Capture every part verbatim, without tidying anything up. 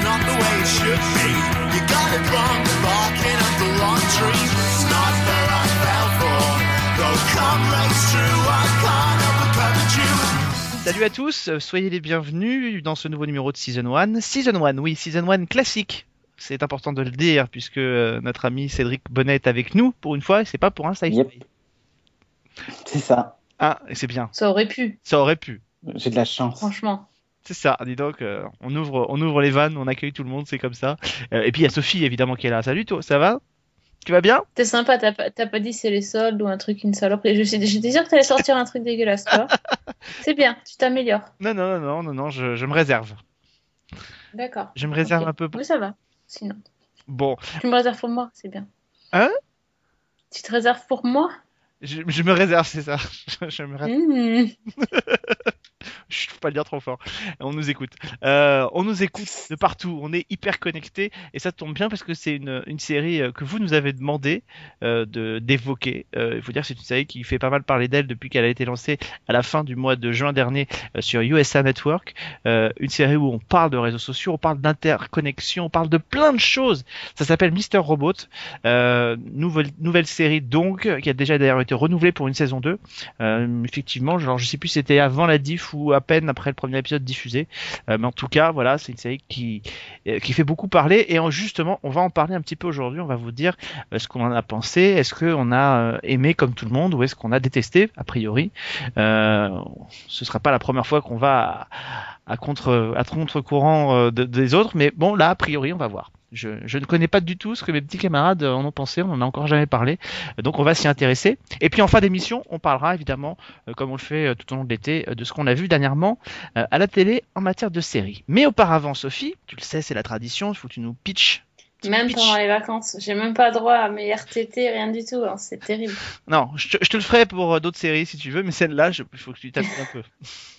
not the way it should be. You got it wrong, barking up the wrong tree. It's not where I fell for. Though come race true, I can't overcome you. Salut à tous, soyez les bienvenus dans ce nouveau numéro de Season un. Season un, oui, Season un classique. C'est important de le dire puisque notre ami Cédric Bonnet est avec nous pour une fois et c'est pas pour un sci-fi. Yep. C'est ça. Ah, et c'est bien. Ça aurait pu. Ça aurait pu. J'ai de la chance. Franchement. C'est ça, dis donc, euh, on ouvre on ouvre les vannes, on accueille tout le monde, c'est comme ça. Euh, et puis il y a Sophie évidemment qui est là. Salut toi, ça va? Tu vas bien? T'es sympa, t'as pas, t'as pas dit c'est les soldes ou un truc, une saloperie. Je sais- J'étais sûre que t'allais sortir un truc dégueulasse, tu vois. C'est bien, tu t'améliores. Non, non, non, non, non, non, je, je me réserve. D'accord. Je me réserve Ok. un peu pour... Oui, ça va. Sinon. Bon, Tu me réserves pour moi, c'est bien. Hein? Tu te réserves pour moi? je, je me réserve, c'est ça. Je, je me réserve. Mmh. Je peux pas le dire trop fort. On nous écoute. Euh, on nous écoute de partout. On est hyper connectés et ça tombe bien parce que c'est une, une série euh, que vous nous avez demandé euh, de d'évoquer. Euh, il faut dire que c'est une série qui fait pas mal parler d'elle depuis qu'elle a été lancée à la fin du mois de juin dernier euh, sur U S A Network. Euh, une série où on parle de réseaux sociaux, on parle d'interconnexion, on parle de plein de choses. Ça s'appelle Mister Robot. Euh, nouvelle nouvelle série donc qui a déjà d'ailleurs été renouvelée pour une saison deux. Euh, effectivement, genre je sais plus si c'était avant la diff ou à peine après le premier épisode diffusé, euh, mais en tout cas voilà, c'est une série qui euh, qui fait beaucoup parler et en, justement on va en parler un petit peu aujourd'hui. On va vous dire euh, ce qu'on en a pensé, est-ce qu'on a euh, aimé comme tout le monde ou est-ce qu'on a détesté a priori. Euh, ce sera pas la première fois qu'on va à, à contre à contre-courant euh, de- des autres, mais bon là a priori on va voir. Je, je ne connais pas du tout ce que mes petits camarades en ont pensé, on en a encore jamais parlé, donc on va s'y intéresser. Et puis en fin d'émission, on parlera évidemment, euh, comme on le fait euh, tout au long de l'été, euh, de ce qu'on a vu dernièrement euh, à la télé en matière de séries. Mais auparavant, Sophie, tu le sais, c'est la tradition, il faut que tu nous pitches. Même Pitch. pendant les vacances, j'ai même pas droit à mes R T T, rien du tout, hein. C'est terrible. Non, je te, je te le ferai pour euh, d'autres séries si tu veux, mais celle-là, je- il faut que tu tapes un peu.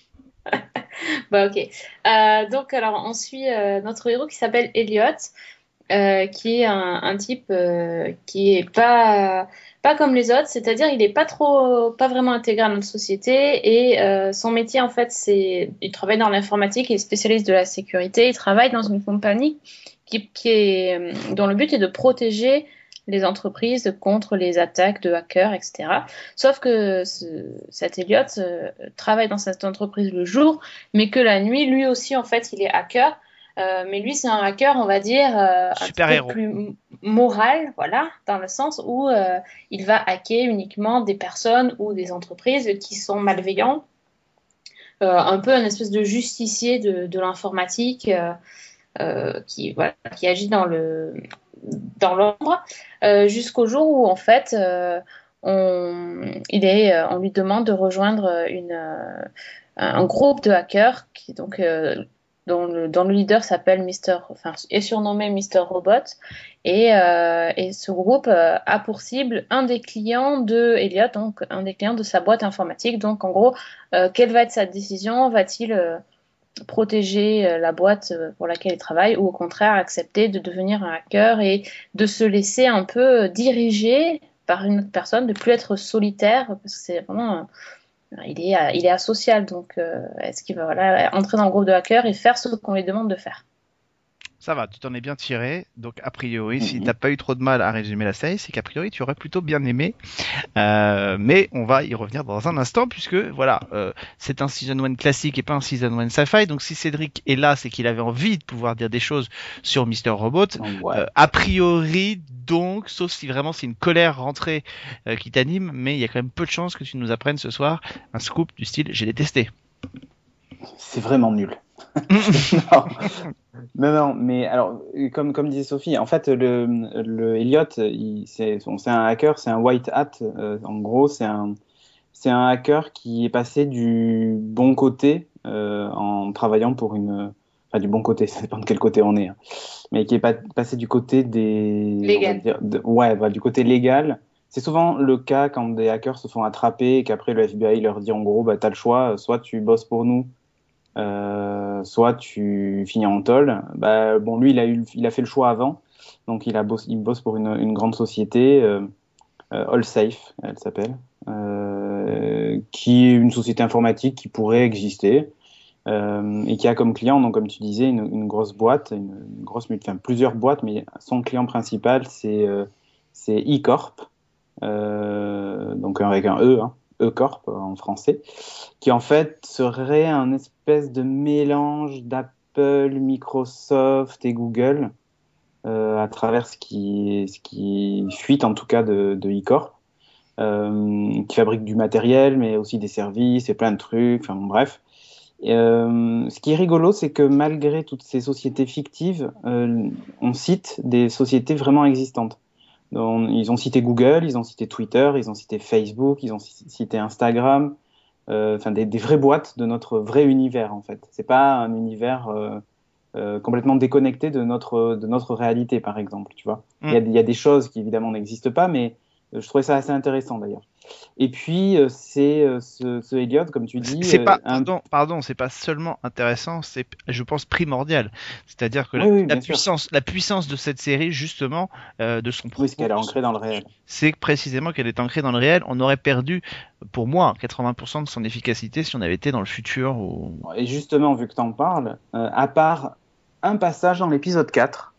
Bah ok. Euh, donc alors on suit euh, notre héros qui s'appelle Elliot, euh, qui est un, un type euh, qui est pas pas comme les autres, c'est-à-dire il est pas trop pas vraiment intégré à notre société et euh, son métier en fait c'est il travaille dans l'informatique, il est spécialiste de la sécurité, il travaille dans une compagnie qui, qui est euh, dont le but est de protéger les entreprises contre les attaques de hackers, et cetera. Sauf que ce, cet Elliot euh, travaille dans cette entreprise le jour, mais que la nuit, lui aussi, en fait, il est hacker. Euh, mais lui, c'est un hacker, on va dire, euh, un petit peu Super-héros. plus m- moral, voilà, dans le sens où euh, il va hacker uniquement des personnes ou des entreprises qui sont malveillantes. Euh, un peu un espèce de justicier de, de l'informatique euh, euh, qui, voilà, qui agit dans le dans l'ombre euh, jusqu'au jour où en fait euh, on, il est, euh, on lui demande de rejoindre une, euh, un groupe de hackers qui donc euh, dont le, dont le leader s'appelle Mister enfin est surnommé Mister Robot et, euh, et ce groupe euh, a pour cible un des clients de Elliot, donc un des clients de sa boîte informatique. Donc en gros euh, quelle va être sa décision, va-t-il euh, protéger euh, la boîte euh, pour laquelle il travaille ou au contraire accepter de devenir un hacker et de se laisser un peu euh, diriger par une autre personne, de plus être solitaire parce que c'est vraiment euh, il est euh, il est asocial donc euh, est-ce qu'il va voilà, entrer dans le groupe de hackers et faire ce qu'on lui demande de faire. Ça va, tu t'en es bien tiré. Donc, a priori, si Mhm. t'as pas eu trop de mal à résumer la série, c'est qu'a priori, tu aurais plutôt bien aimé. Euh, mais on va y revenir dans un instant, puisque voilà, euh, c'est un Season un classique et pas un Season un sci-fi. Donc, si Cédric est là, c'est qu'il avait envie de pouvoir dire des choses sur Mister Robot. Ouais. Euh, a priori, donc, sauf si vraiment c'est une colère rentrée euh, qui t'anime, mais il y a quand même peu de chances que tu nous apprennes ce soir un scoop du style « j'ai détesté ». C'est vraiment nul. non. non, non, mais alors, comme, comme disait Sophie, en fait, le, le Elliot, il, c'est, bon, c'est un hacker, c'est un white hat. Euh, en gros, c'est un, c'est un hacker qui est passé du bon côté euh, en travaillant pour une. Enfin, du bon côté, ça dépend de quel côté on est. Hein, mais qui est pas, passé du côté des. Légal. on va dire, de, ouais, bah, du côté légal. C'est souvent le cas quand des hackers se font attraper et qu'après le F B I leur dit en gros, bah, t'as le choix, soit tu bosses pour nous. Euh, soit tu finis en tôle. Bah, bon, lui, il a, eu, il a fait le choix avant. Donc, il, a bosse, il bosse pour une, une grande société, euh, euh, AllSafe, elle s'appelle, euh, qui est une société informatique qui pourrait exister. euh, et qui a comme client, donc comme tu disais, une, une grosse boîte, une, une grosse, enfin plusieurs boîtes, mais son client principal c'est euh, c'est E-Corp, euh, donc avec un E, hein, E-Corp en français, qui en fait serait un espèce de mélange d'Apple, Microsoft et Google euh, à travers ce qui, ce qui fuite en tout cas de, de E-Corp, euh, qui fabrique du matériel mais aussi des services et plein de trucs, enfin bon, bref. Euh, ce qui est rigolo, c'est que malgré toutes ces sociétés fictives, euh, on cite des sociétés vraiment existantes. Donc, ils ont cité Google, ils ont cité Twitter, ils ont cité Facebook, ils ont cité Instagram, euh, enfin des, des vraies boîtes de notre vrai univers en fait. C'est pas un univers euh, euh, complètement déconnecté de notre de notre réalité par exemple, tu vois. Il Mm. y a, il y a des choses qui évidemment n'existent pas, mais euh, je trouvais ça assez intéressant d'ailleurs. Et puis euh, c'est euh, ce, ce Elliot, comme tu dis, C'est euh, pas, un... pardon, pardon, c'est pas seulement intéressant, c'est, je pense, primordial. C'est-à-dire que la, oui, oui, la bien sûr. puissance, la puissance de cette série, justement, euh, de son Oui, propos, parce qu'elle est ancrée dans le réel. c'est précisément qu'elle est ancrée dans le réel. On aurait perdu, pour moi, quatre-vingts pour cent de son efficacité si on avait été dans le futur. Ou... Et justement, vu que tu en parles, euh, à part un passage dans l'épisode quatre,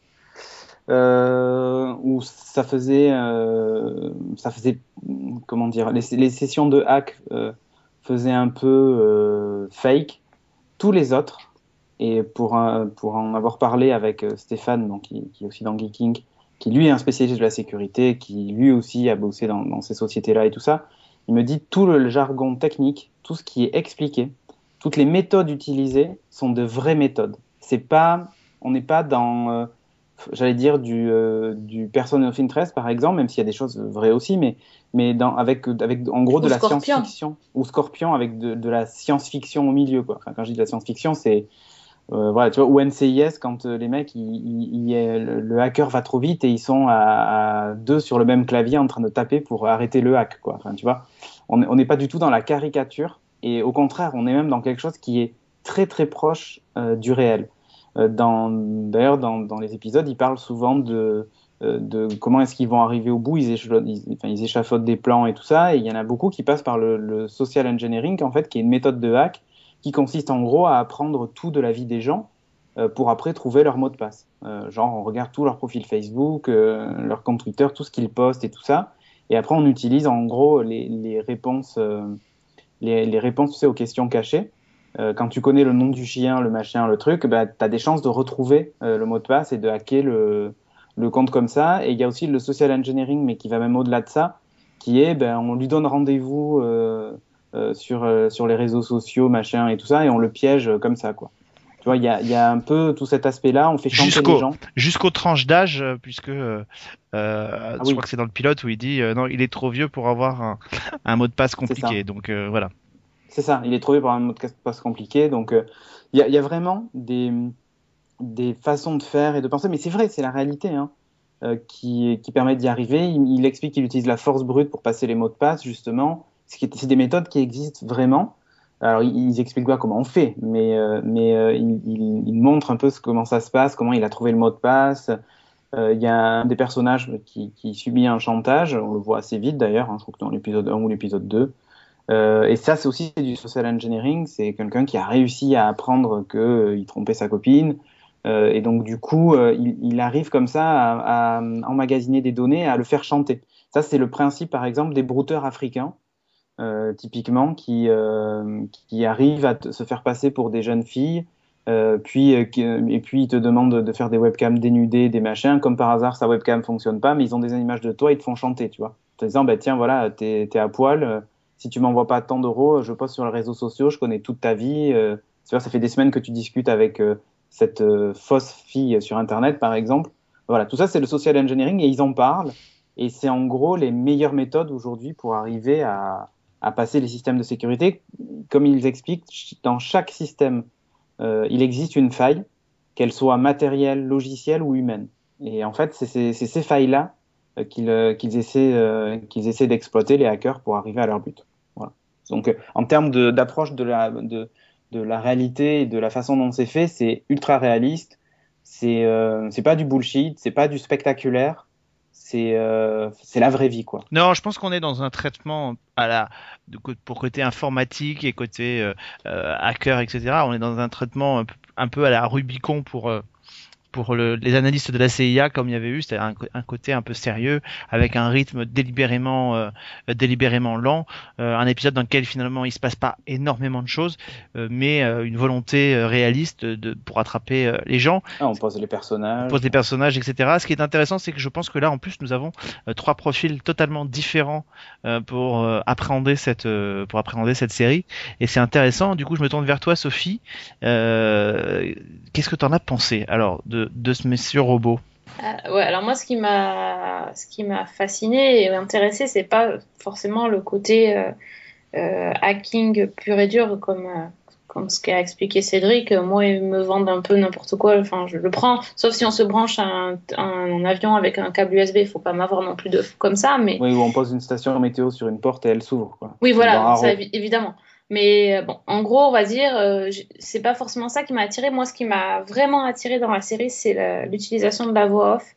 euh, où ça faisait, euh, ça faisait, comment dire, les, les sessions de hack euh, faisaient un peu euh, fake. Tous les autres, et pour, un, pour en avoir parlé avec euh, Stéphane, donc, qui, qui est aussi dans Geeking, qui lui est un spécialiste de la sécurité, qui lui aussi a bossé dans, dans ces sociétés-là et tout ça, il me dit tout le jargon technique, tout ce qui est expliqué, toutes les méthodes utilisées sont de vraies méthodes. C'est pas, on n'est pas dans, euh, j'allais dire, du, euh, du person of interest, par exemple, même s'il y a des choses vraies aussi, mais, mais dans, avec, avec, en gros, Ou de la Scorpion. science-fiction. Ou Scorpion, avec de, de la science-fiction au milieu, quoi. Enfin, quand je dis de la science-fiction, c'est, euh, voilà, tu vois, ou N C I S, quand euh, les mecs, ils, ils, ils, le, le hacker va trop vite et ils sont à, à deux sur le même clavier en train de taper pour arrêter le hack, quoi. Enfin, tu vois, on n'est pas du tout dans la caricature, et au contraire, on est même dans quelque chose qui est très, très proche euh, du réel. Dans, d'ailleurs, dans, dans les épisodes, ils parlent souvent de, de comment est-ce qu'ils vont arriver au bout. Ils, échelon, ils, enfin, ils échafaudent des plans et tout ça. Et il y en a beaucoup qui passent par le, le social engineering, en fait, qui est une méthode de hack qui consiste en gros à apprendre tout de la vie des gens euh, pour après trouver leur mot de passe. Euh, genre, on regarde tout leur profil Facebook, euh, leur compte Twitter, tout ce qu'ils postent et tout ça. Et après, on utilise en gros les, les réponses, euh, les, les réponses, tu sais, aux questions cachées. Euh, quand tu connais le nom du chien, le machin, le truc, bah, tu as des chances de retrouver euh, le mot de passe et de hacker le, le compte comme ça. Et il y a aussi le social engineering, mais qui va même au-delà de ça, qui est, ben, on lui donne rendez-vous euh, euh, sur, euh, sur les réseaux sociaux, machin et tout ça, et on le piège comme ça, quoi. Tu vois, il y a, y a un peu tout cet aspect-là, on fait chanter Jusqu'au, les gens. Jusqu'aux tranches d'âge, euh, puisque euh, euh, Ah je oui. crois que c'est dans le pilote où il dit euh, non, il est trop vieux pour avoir un, un mot de passe compliqué. ça. Donc euh, voilà. C'est ça, il est trouvé par un mot de passe compliqué. Donc, il euh, y, a, y a vraiment des, des façons de faire et de penser. Mais c'est vrai, c'est la réalité hein, euh, qui, qui permet d'y arriver. Il, il explique qu'il utilise la force brute pour passer les mots de passe, justement. C'est, c'est des méthodes qui existent vraiment. Alors, ils, ils expliquent pas comment on fait, mais, euh, mais euh, ils, ils, ils montrent un peu ce, comment ça se passe, comment il a trouvé le mot de passe. Il euh, y a un des personnages qui, qui subit un chantage. On le voit assez vite, d'ailleurs. Hein, je crois que dans l'épisode un ou l'épisode deux. Euh, et ça, c'est aussi du social engineering. C'est quelqu'un qui a réussi à apprendre qu'il euh, trompait sa copine. Euh, et donc, du coup, euh, il, il arrive comme ça à, à emmagasiner des données, à le faire chanter. Ça, c'est le principe, par exemple, des brouteurs africains, euh, typiquement, qui, euh, qui arrivent à te, se faire passer pour des jeunes filles. Euh, puis, euh, et puis, ils te demandent de faire des webcams dénudées, des machins. Comme par hasard, sa webcam fonctionne pas, mais ils ont des images de toi, ils te font chanter, tu vois. En te disant, bah, tiens, voilà, t'es, t'es à poil. Euh, Si tu m'envoies pas tant d'euros, je poste sur les réseaux sociaux, je connais toute ta vie. Euh, ça fait des semaines que tu discutes avec euh, cette euh, fausse fille sur Internet, par exemple. Voilà, tout ça, c'est le social engineering et ils en parlent. Et c'est en gros les meilleures méthodes aujourd'hui pour arriver à, à passer les systèmes de sécurité. Comme ils expliquent, dans chaque système, euh, il existe une faille, qu'elle soit matérielle, logicielle ou humaine. Et en fait, c'est, c'est, c'est ces failles-là euh, qu'ils, euh, qu'ils, essaient, euh, qu'ils essaient d'exploiter, les hackers, pour arriver à leur but. Voilà. Donc, euh, en termes de, d'approche de la, de, de la réalité et de la façon dont c'est fait, c'est ultra réaliste. C'est, euh, c'est pas du bullshit, c'est pas du spectaculaire. c'est euh, c'est la vraie vie, quoi. Non, je pense qu'on est dans un traitement à la de, pour côté informatique et côté euh, euh, hacker, et cetera. On est dans un traitement un peu, un peu à la Rubicon pour euh, pour le, les analystes de la C I A, comme il y avait eu, c'était un, un côté un peu sérieux, avec un rythme délibérément, euh, délibérément lent, euh, un épisode dans lequel finalement il se passe pas énormément de choses, euh, mais euh, une volonté euh, réaliste de, pour attraper euh, les gens. Ah, on pose les personnages. On pose les personnages, et cetera. Ce qui est intéressant, c'est que je pense que là, en plus, nous avons euh, trois profils totalement différents euh, pour euh, appréhender cette, euh, pour appréhender cette série, et c'est intéressant. Du coup, je me tourne vers toi, Sophie. Euh, qu'est-ce que tu en as pensé, alors, de de ce monsieur robot? Euh, ouais, alors moi, ce qui m'a, ce qui m'a fasciné et intéressé, c'est pas forcément le côté euh, euh, hacking pur et dur comme euh, comme ce qu'a expliqué Cédric. Moi, ils me vendent un peu n'importe quoi. Enfin, je le prends, sauf si on se branche un, un, un avion avec un câble U S B. Faut pas m'avoir non plus de fou comme ça, mais oui, où on pose une station météo sur une porte et elle s'ouvre, quoi. oui, C'est voilà, ça, évidemment. Mais bon, en gros, on va dire, euh, c'est pas forcément ça qui m'a attiré. Moi, ce qui m'a vraiment attiré dans la série, c'est la, l'utilisation de la voix off.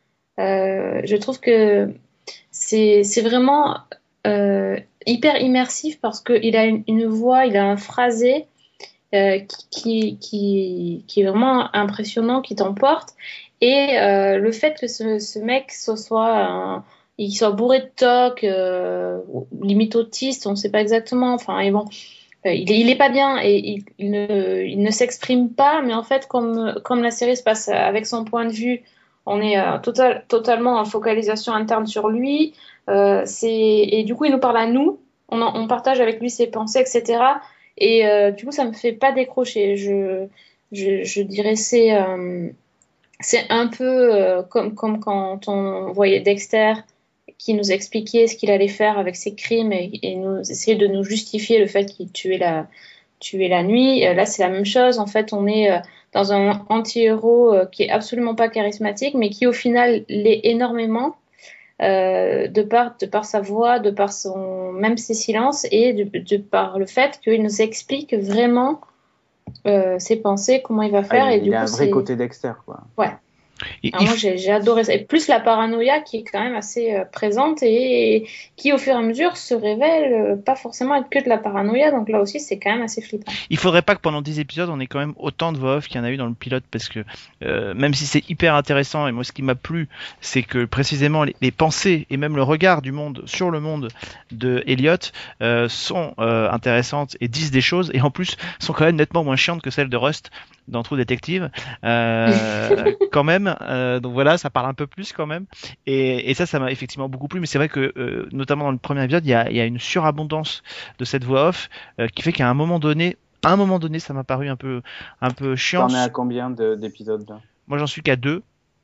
Euh, je trouve que c'est, c'est vraiment euh, hyper immersif parce qu'il a une, une voix, il a un phrasé euh, qui, qui, qui est vraiment impressionnant, qui t'emporte. Et euh, le fait que ce, ce mec, ce soit un il soit bourré de toc, euh, limite autiste, on ne sait pas exactement. Enfin, et bon, euh, il, est, il est pas bien et il, il ne, il ne s'exprime pas. Mais en fait, comme, comme la série se passe avec son point de vue, on est euh, total, totalement en focalisation interne sur lui. Euh, c'est, et du coup, il nous parle à nous. On, en, on partage avec lui ses pensées, et cetera. Et euh, du coup, ça me fait pas décrocher. Je, je, je dirais c'est, euh, c'est un peu euh, comme, comme quand on voyait Dexter, qui nous expliquait ce qu'il allait faire avec ses crimes et, et nous essayer de nous justifier le fait qu'il tuait la, tuait la nuit. Euh, là, c'est la même chose. En fait, on est euh, dans un anti-héros euh, qui est absolument pas charismatique, mais qui au final l'est énormément euh, de par de par sa voix, de par son même ses silences et de, de par le fait qu'il nous explique vraiment euh, ses pensées, comment il va faire. Ah, il, et il du a coup, un vrai c'est... côté Dexter, quoi. Ouais. Alors moi j'ai, j'ai adoré ça, et plus la paranoïa qui est quand même assez euh, présente et, et qui au fur et à mesure se révèle euh, pas forcément être que de la paranoïa, donc là aussi c'est quand même assez flippant. Il faudrait pas que pendant dix épisodes on ait quand même autant de voix off qu'il y en a eu dans le pilote, parce que euh, même si c'est hyper intéressant, et moi ce qui m'a plu c'est que précisément les, les pensées et même le regard du monde sur le monde de Elliot euh, sont euh, intéressantes et disent des choses, et en plus sont quand même nettement moins chiantes que celles de Rust dans True Detective, euh, quand même. Euh, donc voilà, ça parle un peu plus quand même. Et, et ça, ça m'a effectivement beaucoup plu. Mais c'est vrai que, euh, notamment dans le premier épisode, il y a, il y a une surabondance de cette voix off euh, qui fait qu'à un moment donné, à un moment donné, ça m'a paru un peu, un peu chiant. T'en es à combien de, d'épisodes là? Moi, j'en suis qu'à deux.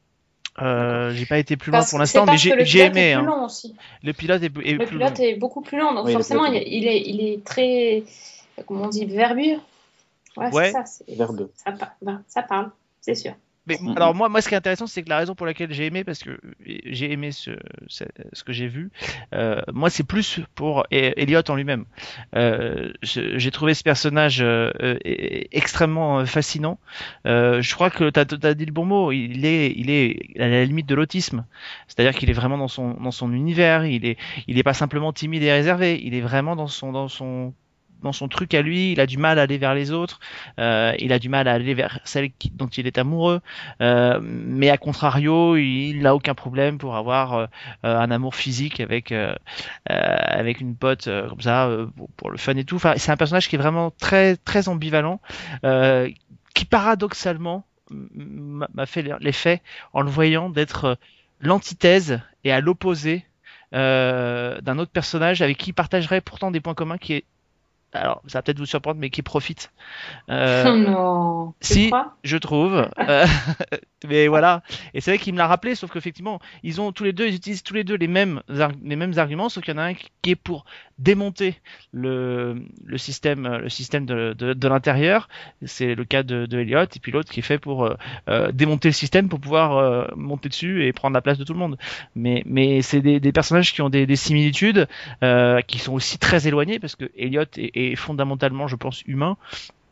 Euh, j'ai pas été plus loin parce pour l'instant, mais j'ai, j'ai aimé. Est plus hein. long aussi. Le pilote est, est le plus pilote long. est beaucoup plus long, donc oui, forcément il, il est, il est très, comment on dit, verbeux. Ouais, ouais. c'est ça. C'est... Verbeux. Ça, ben, ça parle, c'est sûr. Mais mmh. alors moi, moi, ce qui est intéressant, c'est que la raison pour laquelle j'ai aimé, parce que j'ai aimé ce, ce, ce que j'ai vu, euh, moi, c'est plus pour Elliot en lui-même. Euh, j'ai trouvé ce personnage euh, extrêmement fascinant. Euh, je crois que t'as as dit le bon mot. Il est, il est à la limite de l'autisme. C'est-à-dire qu'il est vraiment dans son, dans son univers. Il est, il est pas simplement timide et réservé. Il est vraiment dans son, dans son dans son truc à lui, il a du mal à aller vers les autres, euh, il a du mal à aller vers celle qui, dont il est amoureux, euh, mais à contrario, il n'a aucun problème pour avoir euh, un amour physique avec euh, avec une pote euh, comme ça euh, pour, pour le fun et tout. Enfin, c'est un personnage qui est vraiment très très ambivalent, euh, qui paradoxalement m'a fait l'effet en le voyant d'être l'antithèse et à l'opposé euh, d'un autre personnage avec qui il partagerait pourtant des points communs, qui est, alors ça va peut-être vous surprendre, mais qui profite. Euh, oh non. Si, je trouve. euh, mais voilà. Et c'est vrai qu'il me l'a rappelé, sauf qu'effectivement, ils ont tous les deux, ils utilisent tous les deux les mêmes, les mêmes arguments, sauf qu'il y en a un qui est pour démonter le, le système, le système de, de, de l'intérieur. C'est le cas de, de Elliot, et puis l'autre qui est fait pour euh, démonter le système pour pouvoir euh, monter dessus et prendre la place de tout le monde. Mais, mais c'est des, des personnages qui ont des, des similitudes, euh, qui sont aussi très éloignés, parce que Elliot est, est fondamentalement, je pense, humain.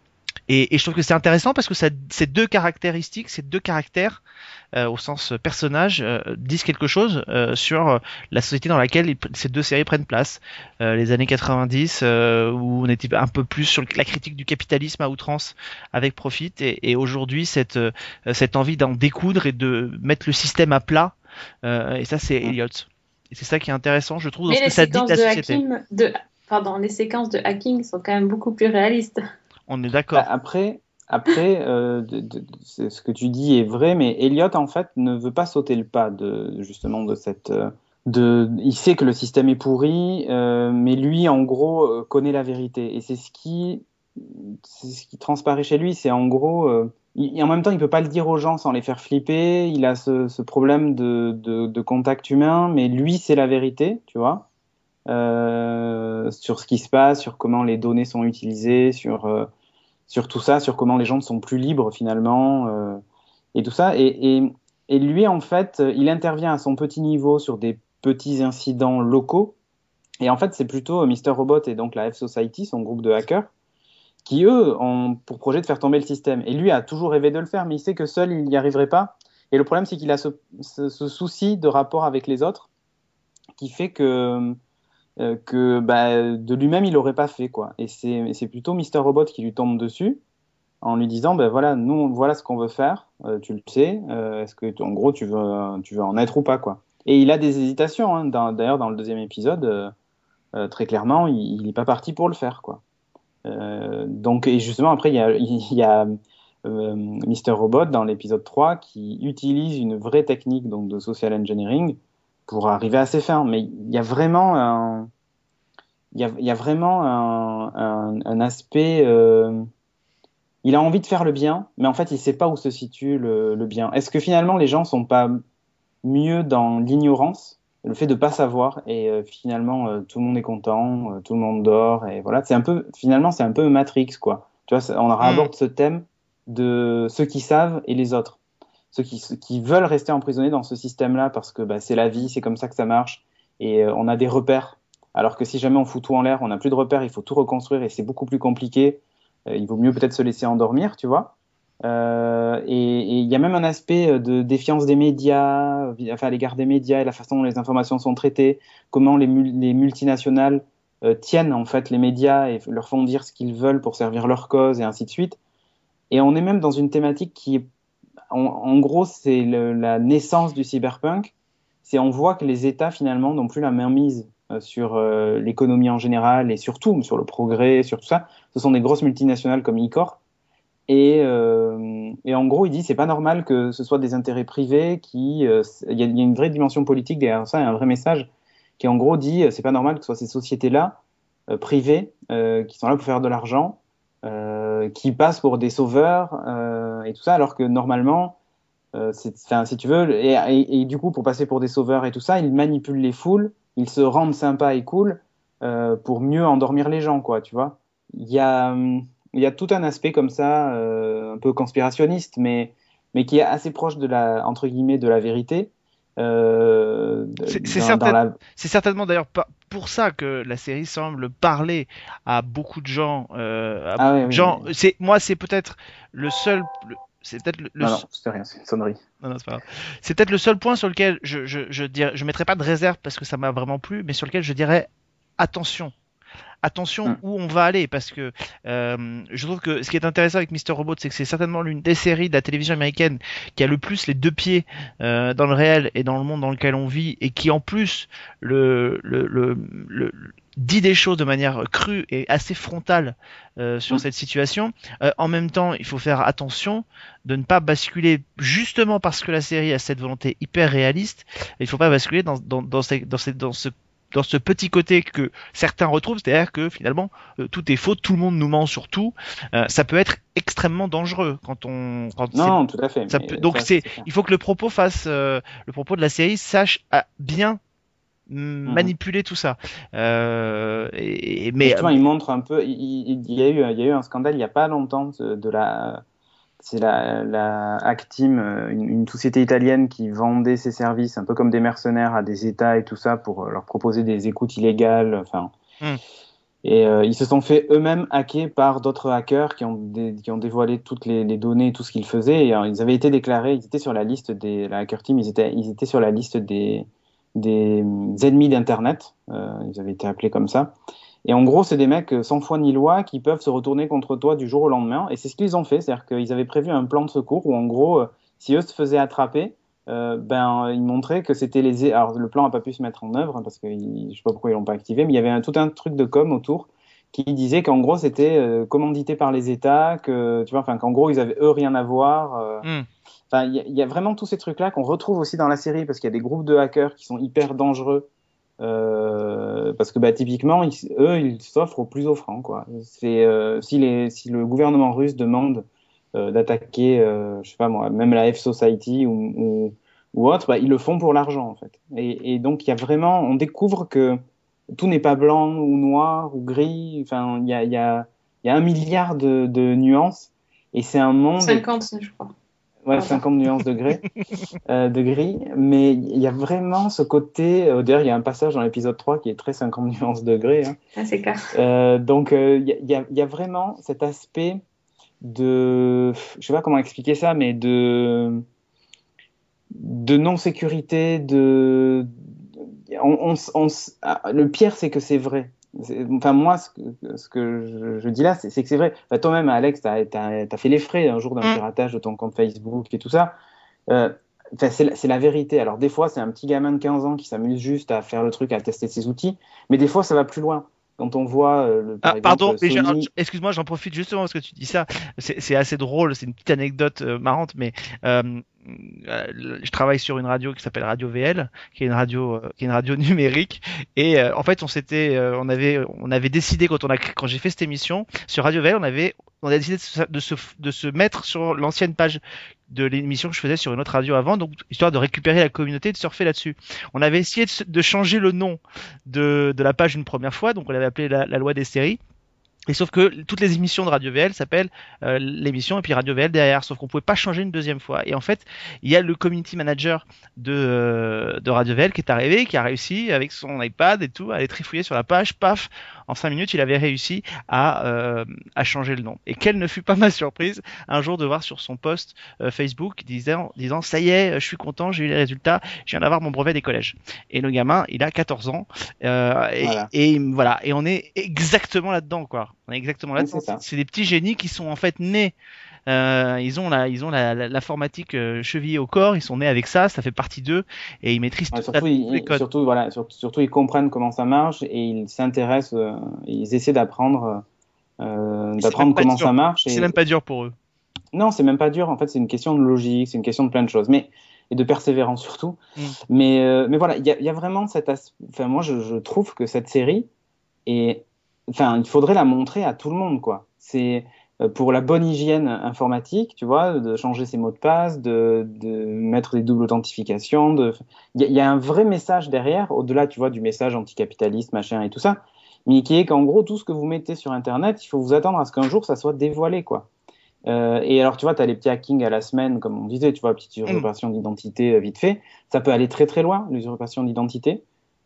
Et, et je trouve que c'est intéressant parce que ça, ces deux caractéristiques, ces deux caractères, euh, au sens personnage, euh, disent quelque chose euh, sur la société dans laquelle ils, ces deux séries prennent place. Euh, les années quatre-vingt-dix, euh, où on était un peu plus sur la critique du capitalisme à outrance avec Profit, et, et aujourd'hui cette, euh, cette envie d'en découdre et de mettre le système à plat. Euh, et ça, c'est Elliot. Et c'est ça qui est intéressant, je trouve, dans Mais ce les que ça dit de séquences la de société. hacking, de, pardon, les séquences de hacking sont quand même beaucoup plus réalistes. On est d'accord. Bah, après, après euh, de, de, de, c'est- ce que tu dis est vrai, mais Elliot en fait ne veut pas sauter le pas de justement de cette. euh, De, il sait que le système est pourri, euh, mais lui en gros euh, connaît la vérité, et c'est ce qui, c'est ce qui transparaît chez lui, c'est en gros. Euh, il- et en même temps, il peut pas le dire aux gens sans les faire flipper. Il a ce, ce problème de, de, de contact humain, mais lui, c'est la vérité, tu vois, euh, sur ce qui se passe, sur comment les données sont utilisées, sur euh, sur tout ça, sur comment les gens ne sont plus libres finalement, euh, et tout ça. Et, et, et lui, en fait, il intervient à son petit niveau sur des petits incidents locaux. Et en fait, c'est plutôt mister Robot et donc la F-Society, son groupe de hackers, qui eux ont pour projet de faire tomber le système. Et lui a toujours rêvé de le faire, mais il sait que seul, il n'y arriverait pas. Et le problème, c'est qu'il a ce, ce, ce souci de rapport avec les autres qui fait que euh, que bah, de lui-même il l'aurait pas fait quoi. Et c'est c'est plutôt mister Robot qui lui tombe dessus en lui disant ben voilà, nous voilà ce qu'on veut faire, euh, tu le sais, euh, est-ce que en gros tu veux tu veux en être ou pas quoi. Et il a des hésitations hein. Dans, d'ailleurs dans le deuxième épisode euh, euh, très clairement il, il est pas parti pour le faire quoi. Euh, donc et justement après il y a il y a euh, mister Robot dans l'épisode trois qui utilise une vraie technique donc de social engineering pour arriver à ses fins, mais il y a vraiment un il y a, il y a vraiment un, un, un aspect. Euh, il a envie de faire le bien, mais en fait, il ne sait pas où se situe le, le bien. Est-ce que finalement, les gens ne sont pas mieux dans l'ignorance, le fait de ne pas savoir, et euh, finalement, euh, tout le monde est content, euh, tout le monde dort, et voilà. C'est un peu, finalement, c'est un peu Matrix, quoi. Tu vois, on aborde ce thème de ceux qui savent et les autres. Ceux qui, ceux qui veulent rester emprisonnés dans ce système-là parce que bah, c'est la vie, c'est comme ça que ça marche, et euh, on a des repères. Alors que si jamais on fout tout en l'air, on n'a plus de repères, il faut tout reconstruire et c'est beaucoup plus compliqué. Euh, il vaut mieux peut-être se laisser endormir, tu vois. Euh, et il y a même un aspect de défiance des médias, enfin à l'égard des médias et la façon dont les informations sont traitées, comment les, mul- les multinationales euh, tiennent en fait les médias et leur font dire ce qu'ils veulent pour servir leur cause et ainsi de suite. Et on est même dans une thématique qui est, en, en gros, c'est le, la naissance du cyberpunk. C'est on voit que les États finalement n'ont plus la main mise sur euh, l'économie en général et surtout sur le progrès, sur tout ça. Ce sont des grosses multinationales comme Icor. Et, euh, et en gros, il dit c'est pas normal que ce soit des intérêts privés qui. Euh, il y, y a une vraie dimension politique derrière ça et un vrai message qui en gros dit c'est pas normal que ce soit ces sociétés-là euh, privées euh, qui sont là pour faire de l'argent, euh, qui passent pour des sauveurs euh, et tout ça, alors que normalement. Euh, c'est, si tu veux, et, et, et du coup, pour passer pour des sauveurs et tout ça, ils manipulent les foules, ils se rendent sympas et cool euh, pour mieux endormir les gens, quoi, tu vois. Il y a, il y a tout un aspect comme ça, euh, un peu conspirationniste, mais, mais qui est assez proche de la, entre guillemets, de la vérité. Euh, C'est, dans, c'est, certain, dans la... c'est certainement d'ailleurs pas pour ça que la série semble parler à beaucoup de gens. Euh, à Ah beaucoup oui, de oui, gens. mais... C'est, moi, c'est peut-être le seul. Le, c'est peut-être le, le Non, non, c'est rien, c'est une sonnerie. Non, non, c'est pas grave. C'est peut-être le seul point sur lequel je je je dirais, je mettrai pas de réserve parce que ça m'a vraiment plu, mais sur lequel je dirais attention. Attention Mm. où on va aller parce que euh, je trouve que ce qui est intéressant avec mister Robot, c'est que c'est certainement l'une des séries de la télévision américaine qui a le plus les deux pieds euh, dans le réel et dans le monde dans lequel on vit et qui en plus le, le, le, le dit des choses de manière crue et assez frontale euh, sur mmh. cette situation. Euh, en même temps, il faut faire attention de ne pas basculer, justement parce que la série a cette volonté hyper réaliste, il ne faut pas basculer dans, dans, dans, ces, dans, ces, dans ce dans ce petit côté que certains retrouvent, c'est-à-dire que finalement euh, tout est faux, tout le monde nous ment sur tout. Euh, ça peut être extrêmement dangereux quand on. Quand non, tout à fait. Ça peut, donc ça, c'est, c'est il faut que le propos fasse, euh, le propos de la série sache à bien mm-hmm. manipuler tout ça. Euh, et, mais justement, euh, il montre un peu. Il, il, y a eu, il y a eu un scandale il y a pas longtemps de, de la. C'est la, la Actim, une, une société italienne qui vendait ses services un peu comme des mercenaires à des États et tout ça pour leur proposer des écoutes illégales. Enfin, mm. Et euh, ils se sont fait eux-mêmes hacker par d'autres hackers qui ont, dé- qui ont dévoilé toutes les, les données, tout ce qu'ils faisaient. Et, euh, ils avaient été déclarés, ils étaient sur la liste des, la hacker team, ils étaient, ils étaient sur la liste des, des ennemis d'Internet. Euh, ils avaient été appelés comme ça. Et en gros, c'est des mecs sans foi ni loi qui peuvent se retourner contre toi du jour au lendemain. Et c'est ce qu'ils ont fait, c'est-à-dire qu'ils avaient prévu un plan de secours où en gros, euh, si eux se faisaient attraper, euh, ben ils montraient que c'était les. Alors le plan n'a pas pu se mettre en œuvre parce que ils... je sais pas pourquoi ils l'ont pas activé, mais il y avait un, tout un truc de com autour qui disait qu'en gros c'était euh, commandité par les États, que tu vois, enfin qu'en gros ils avaient eux rien à voir. Euh... Mm. Enfin, il y, y a vraiment tous ces trucs-là qu'on retrouve aussi dans la série parce qu'il y a des groupes de hackers qui sont hyper dangereux. Euh, parce que bah, typiquement, ils, eux, ils s'offrent au plus offrant, quoi. C'est, euh, si, les, si le gouvernement russe demande euh, d'attaquer, euh, je sais pas moi, même la F-Society ou, ou, ou autre, bah, ils le font pour l'argent, en fait. Et, et donc, il y a vraiment, on découvre que tout n'est pas blanc ou noir ou gris. Enfin, il y a, il y a, il y a un milliard de, de nuances. Et c'est un monde. cinquante, je crois. Ouais, cinquante nuances de gris, euh, de gris, mais il y a vraiment ce côté. Euh, d'ailleurs, il y a un passage dans l'épisode trois qui est très cinquante nuances de gris. Hein. Ah, c'est clair. Euh, donc, il euh, y, y, y a vraiment cet aspect de. Je sais pas comment expliquer ça, mais de. de non-sécurité, de. On, on, on, le pire, c'est que c'est vrai. C'est, enfin, moi, ce que, ce que je, je dis là, c'est, c'est que c'est vrai. Enfin, toi-même, Alex, t'as, t'as, t'as fait les frais un jour d'un Mm. piratage de ton compte Facebook et tout ça. Euh, enfin, c'est, la, c'est la vérité. Alors, des fois, c'est un petit gamin de quinze ans qui s'amuse juste à faire le truc, à tester ses outils. Mais des fois, ça va plus loin. Quand on voit, euh, le, par Ah, exemple, pardon, mais j'ai- Sony... excuse-moi, j'en profite justement parce que tu dis ça. C'est c'est assez drôle, c'est une petite anecdote euh, marrante, mais euh, euh, je travaille sur une radio qui s'appelle Radio V L, qui est une radio, euh, qui est une radio numérique. Et euh, en fait, on s'était, euh, on avait, on avait décidé quand on a, quand j'ai fait cette émission sur Radio V L, on avait, on a décidé de se, de se, de se mettre sur l'ancienne page de l'émission que je faisais sur une autre radio avant, donc histoire de récupérer la communauté et de surfer là-dessus. On avait essayé de, de changer le nom de, de la page une première fois, donc on l'avait appelé la, la loi des séries. Et sauf que toutes les émissions de Radio V L s'appellent euh, l'émission et puis Radio V L derrière, sauf qu'on pouvait pas changer une deuxième fois. Et en fait, il y a le community manager de, euh, de Radio V L qui est arrivé, qui a réussi avec son iPad et tout à aller trifouiller sur la page, paf, en cinq minutes, il avait réussi à, euh, à changer le nom. Et quelle ne fut pas ma surprise un jour de voir sur son post euh, Facebook disant, disant ça y est, je suis content, j'ai eu les résultats, je viens d'avoir mon brevet des collèges. Et le gamin, il a quatorze ans euh, et, Voilà. et voilà, et on est exactement là-dedans, quoi. On est exactement Oui, là-dedans. c'est ça. C'est des petits génies qui sont en fait nés. Euh, ils ont la, ils ont la, la- l'informatique euh, chevillée au corps. Ils sont nés avec ça. Ça fait partie d'eux et ils maîtrisent Ouais, tout à- surtout, tous les ils, codes. surtout, voilà, surtout, surtout, ils comprennent comment ça marche et ils s'intéressent, euh, ils essaient d'apprendre, euh, C'est d'apprendre même pas comment dur. ça marche. Et... C'est même pas dur pour eux. Non, c'est même pas dur. En fait, c'est une question de logique, c'est une question de plein de choses, mais et de persévérance surtout. Mm. Mais, euh, mais voilà, il y a, y a vraiment cette as... Enfin, moi, je, je trouve que cette série est, enfin, il faudrait la montrer à tout le monde, quoi. C'est euh, pour la bonne hygiène informatique, tu vois, de changer ses mots de passe, de, de mettre des doubles authentifications. De... Il y, a- il y a un vrai message derrière, au-delà, tu vois, du message anticapitaliste, machin et tout ça, mais qui est qu'en gros, tout ce que vous mettez sur Internet, il faut vous attendre à ce qu'un jour, ça soit dévoilé, quoi. Euh, et alors, tu vois, tu as les petits hackings à la semaine, comme on disait, tu vois, petite usurpation d'identité euh, vite fait. Ça peut aller très très loin, l'usurpation d'identité.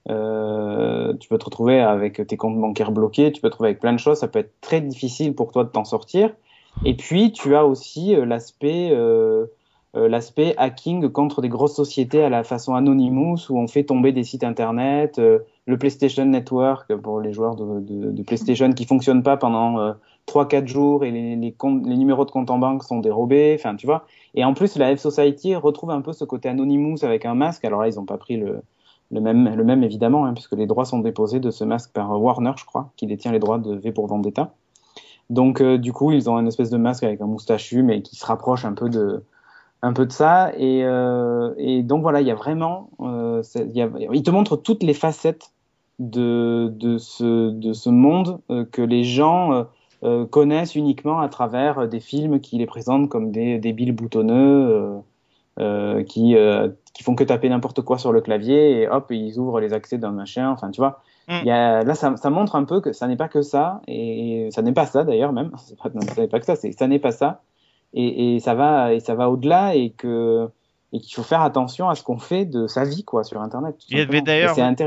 Euh, tu peux te retrouver avec tes comptes bancaires bloqués, tu peux te retrouver avec plein de choses. Ça peut être très difficile pour toi de t'en sortir. Et puis, tu as aussi euh, l'aspect, euh, euh, l'aspect hacking contre des grosses sociétés à la façon Anonymous, où on fait tomber des sites internet, euh, le PlayStation Network pour les joueurs de, de, de PlayStation qui fonctionnent pas pendant euh, trois quatre jours et les, les, comptes, les numéros de compte en banque sont dérobés, enfin tu vois. Et en plus, la F-Society retrouve un peu ce côté Anonymous avec un masque. Alors là, ils n'ont pas pris le, le, même, le même évidemment, hein, puisque les droits sont déposés de ce masque par Warner, je crois, qui détient les droits de V pour Vendetta. Donc euh, du coup, ils ont une espèce de masque avec un moustachu, mais qui se rapproche un peu de, un peu de ça. Et, euh, et donc voilà, il y a vraiment, euh, c'est, il, y a, il te montre toutes les facettes de, de, ce, de ce monde euh, que les gens euh, euh, connaissent uniquement à travers des films qui les présentent comme des débiles boutonneux euh, euh, qui, euh, qui font que taper n'importe quoi sur le clavier et hop, ils ouvrent les accès d'un machin. Enfin, tu vois. Mm. Il y a, là, ça, ça montre un peu que ça n'est pas que ça, et ça n'est pas ça d'ailleurs même. C'est pas, non, ça n'est pas que ça, c'est ça n'est pas ça, et, et ça va, et ça va au-delà, et que et qu'il faut faire attention à ce qu'on fait de sa vie, quoi, sur Internet. Tout Il y avait simplement. d'ailleurs- Et c'est intéressant.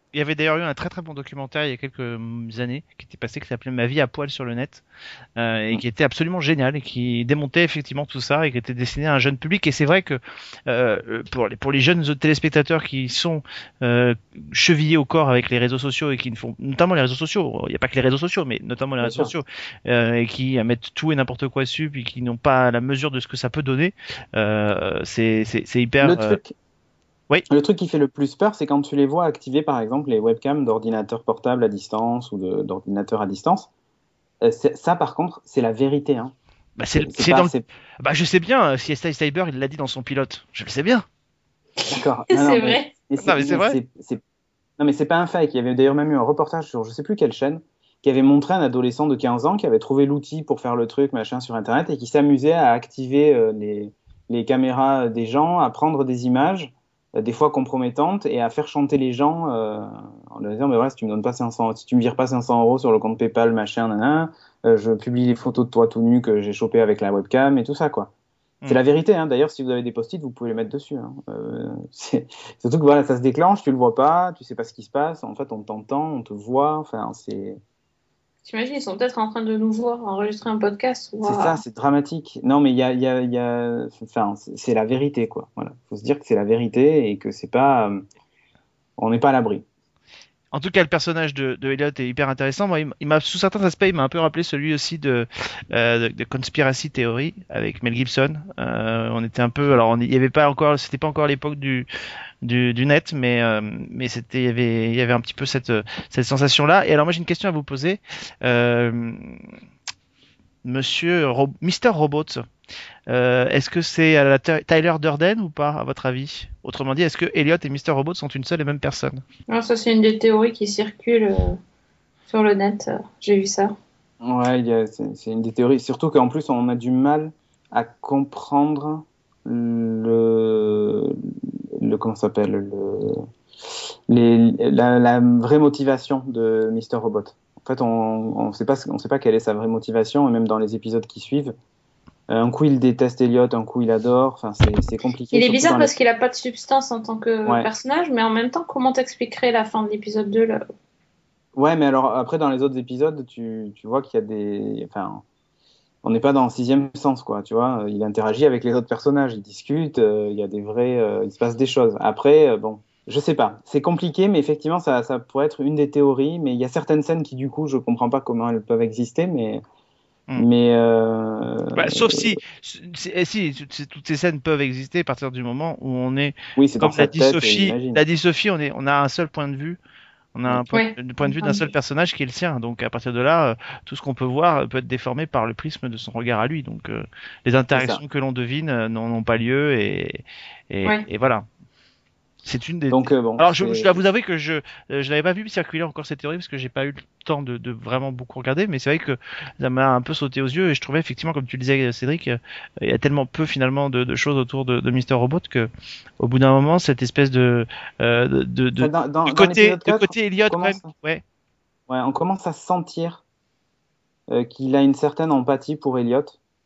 Il y avait d'ailleurs eu un très très bon documentaire il y a quelques années qui était passé, qui s'appelait Ma vie à poil sur le net, euh, et qui était absolument génial et qui démontait effectivement tout ça et qui était destiné à un jeune public. Et c'est vrai que euh, pour les pour les jeunes téléspectateurs qui sont euh, chevillés au corps avec les réseaux sociaux et qui ne font notamment les réseaux sociaux, il n'y a pas que les réseaux sociaux, mais notamment les Bien réseaux sûr. sociaux, euh, et qui mettent tout et n'importe quoi dessus, puis qui n'ont pas la mesure de ce que ça peut donner. Euh, c'est c'est c'est hyper. Le euh, truc, Oui. le truc qui fait le plus peur, c'est quand tu les vois activer, par exemple, les webcams d'ordinateurs portables à distance ou de- d'ordinateurs à distance. Euh, c'est- ça, par contre, c'est la vérité. Hein. Bah c'est C'est c'est c'est pas, dans le... c'est- Bah je sais bien, si S I Cyber il l'a dit dans son pilote, je le sais bien. D'accord. Non, non, C'est mais- vrai. mais Non, mais c'est vrai. c'est- c'est- Non, mais c'est pas un fake. Il y avait d'ailleurs même eu un reportage sur je sais plus quelle chaîne qui avait montré un adolescent de quinze ans qui avait trouvé l'outil pour faire le truc, machin, sur Internet et qui s'amusait à activer euh, les, les caméras des gens, à prendre des images, euh, des fois compromettantes, et à faire chanter les gens euh, en leur disant, mais voilà, si tu me donnes pas cinq cents, si tu me vires pas cinq cents euros sur le compte PayPal, machin, nanana, euh, je publie les photos de toi tout nu que j'ai chopé avec la webcam et tout ça, quoi. C'est Mm. la vérité, hein. D'ailleurs, si vous avez des post-it, vous pouvez les mettre dessus. Hein. Euh, c'est- Surtout que voilà, ça se déclenche, tu le vois pas, tu sais pas ce qui se passe. En fait, on t'entend, on te voit. Enfin, c'est T'imagines, ils sont peut-être en train de nous voir enregistrer un podcast. c'est Waouh. ça, c'est dramatique. Non, mais il y a, il y a, il y a... Enfin, c'est c'est la vérité, quoi. Voilà, faut se dire que c'est la vérité et que c'est pas, euh, on n'est pas à l'abri. En tout cas, le personnage de, de Elliot est hyper intéressant. Moi, il, m- il m'a, sous certains aspects, il m'a un peu rappelé celui aussi de, euh, de, de Conspiracy Theory avec Mel Gibson. Euh, on était un peu, alors on- il y avait pas encore, c'était pas encore l'époque du, du, du net, mais euh, mais c'était, il y avait, il y avait un petit peu cette cette sensation-là. Et alors moi, j'ai une question à vous poser, euh, Monsieur Ro- Mister Robot. Euh, est-ce que c'est à la Ty- Tyler Durden ou pas, à votre avis? Autrement dit, est-ce que Elliot et Mister Robot sont une seule et même personne? Non, ça, c'est une des théories qui circule euh, sur le net. euh, J'ai vu ça. Ouais, il y a- c'est c'est une des théories. Surtout qu'en plus, on a du mal à comprendre le, le comment ça s'appelle, le, les, la, la vraie motivation de Mister Robot. En fait, on on sait pas, on sait pas quelle est sa vraie motivation, et même dans les épisodes qui suivent. Euh, Un coup, il déteste Elliot, un coup, il adore. Enfin, c'est c'est compliqué. Il est surtout bizarre dans parce les- qu'il a pas de substance en tant que Ouais. personnage, mais en même temps, comment t'expliquerais la fin de l'épisode deux là? Ouais, mais alors après, dans les autres épisodes, tu, tu vois qu'il y a des. Enfin, on n'est pas dans le sixième sens, quoi. Tu vois, il interagit avec les autres personnages, il discute, euh, il y a des vrais. euh, il se passe des choses. Après, euh, bon, je sais pas. C'est compliqué, mais effectivement, ça, ça pourrait être une des théories. Mais il y a certaines scènes qui, du coup, je comprends pas comment elles peuvent exister, mais. Hmm. Mais. euh, Bah, sauf si, si, eh, si, toutes ces- toutes ces scènes peuvent exister à partir du moment où on est, Oui, c'est dans comme l'a sa dit tête, Sophie, j'imagine. l'a dit Sophie, on est, on a un seul point de vue. On a un point, Ouais. le point de vue d'un seul personnage qui est le sien. Donc à partir de là, euh, tout ce qu'on peut voir euh, peut être déformé par le prisme de son regard à lui. Donc euh, les interactions que l'on devine euh, n'ont n'ont pas lieu et, et, Ouais. et voilà. C'est une des. Donc, euh, bon. Alors je, c'est- je dois vous avouer que je euh, je n'avais pas vu circuler encore cette théorie parce que j'ai pas eu le temps de, de vraiment beaucoup regarder, mais c'est vrai que ça m'a un peu sauté aux yeux et je trouvais effectivement, comme tu le disais Cédric, euh, il y a tellement peu finalement de, de choses autour de, de Mister Robot que au bout d'un moment cette espèce de euh, de, de, de, Enfin, dans, dans- de dans côté l'épisode de quatre, côté Elliot on quand même. commence- Ouais. Ouais, on commence à sentir euh, qu'il a une certaine empathie pour Elliot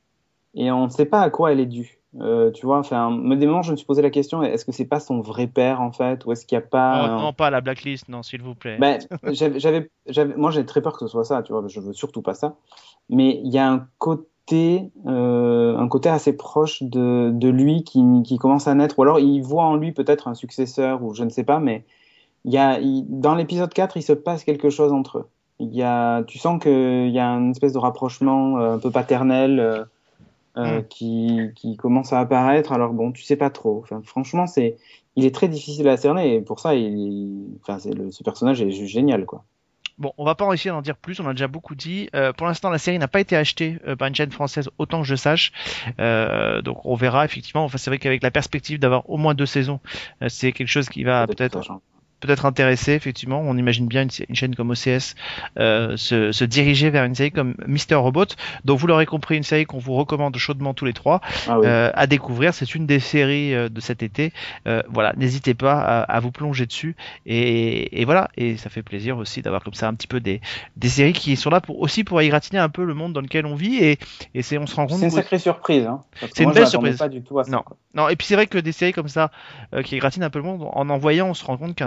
et on ne sait pas à quoi elle est due. Euh, tu vois, enfin, mais des moments, je me suis posé la question, est-ce que c'est pas son vrai père en fait, ou est-ce qu'il n'y a pas Oh, un- non, pas la blacklist, non, s'il vous plaît. Ben, j'avais, j'avais, j'avais- moi, j'ai très peur que ce soit ça, tu vois, je veux surtout pas ça. Mais il y a un côté, euh, un côté assez proche de, de lui qui, qui commence à naître, ou alors il voit en lui peut-être un successeur, ou je ne sais pas, mais il y a, il- dans l'épisode quatre, il se passe quelque chose entre eux. Il y a, tu sens qu'il y a une espèce de rapprochement euh, un peu paternel euh, euh, Mm. qui, qui commence à apparaître. Alors bon, tu sais pas trop. Enfin, franchement, c'est, il est très difficile à cerner, et pour ça, il, enfin, c'est le, ce personnage est juste génial, quoi. Bon, on va pas essayer d'en dire plus, on a déjà beaucoup dit. Euh, pour l'instant, la série n'a pas été achetée euh, par une chaîne française, autant que je sache. Euh, donc on verra effectivement. Enfin, c'est vrai qu'avec la perspective d'avoir au moins deux saisons, euh, c'est quelque chose qui va Peut-être que ça peut-être change. peut-être intéresser effectivement. On imagine bien une, une chaîne comme O C S euh, se, se diriger vers une série comme Mister Robot. Donc vous l'aurez compris, une série qu'on vous recommande chaudement tous les trois Ah oui. euh, à découvrir. C'est une des séries euh, de cet été. Euh, voilà, n'hésitez pas à, à vous plonger dessus. Et, et voilà, et ça fait plaisir aussi d'avoir comme ça un petit peu des, des séries qui sont là pour aussi pour égratigner un peu le monde dans lequel on vit. Et, et c'est on se rend compte. C'est une que- sacrée surprise. Hein, parce que C'est une moi, belle je m'attendais surprise. pas du tout à ça. Non. quoi. Non, et puis c'est vrai que des séries comme ça euh, qui égratignent un peu le monde, en en voyant, on se rend compte qu'il y en a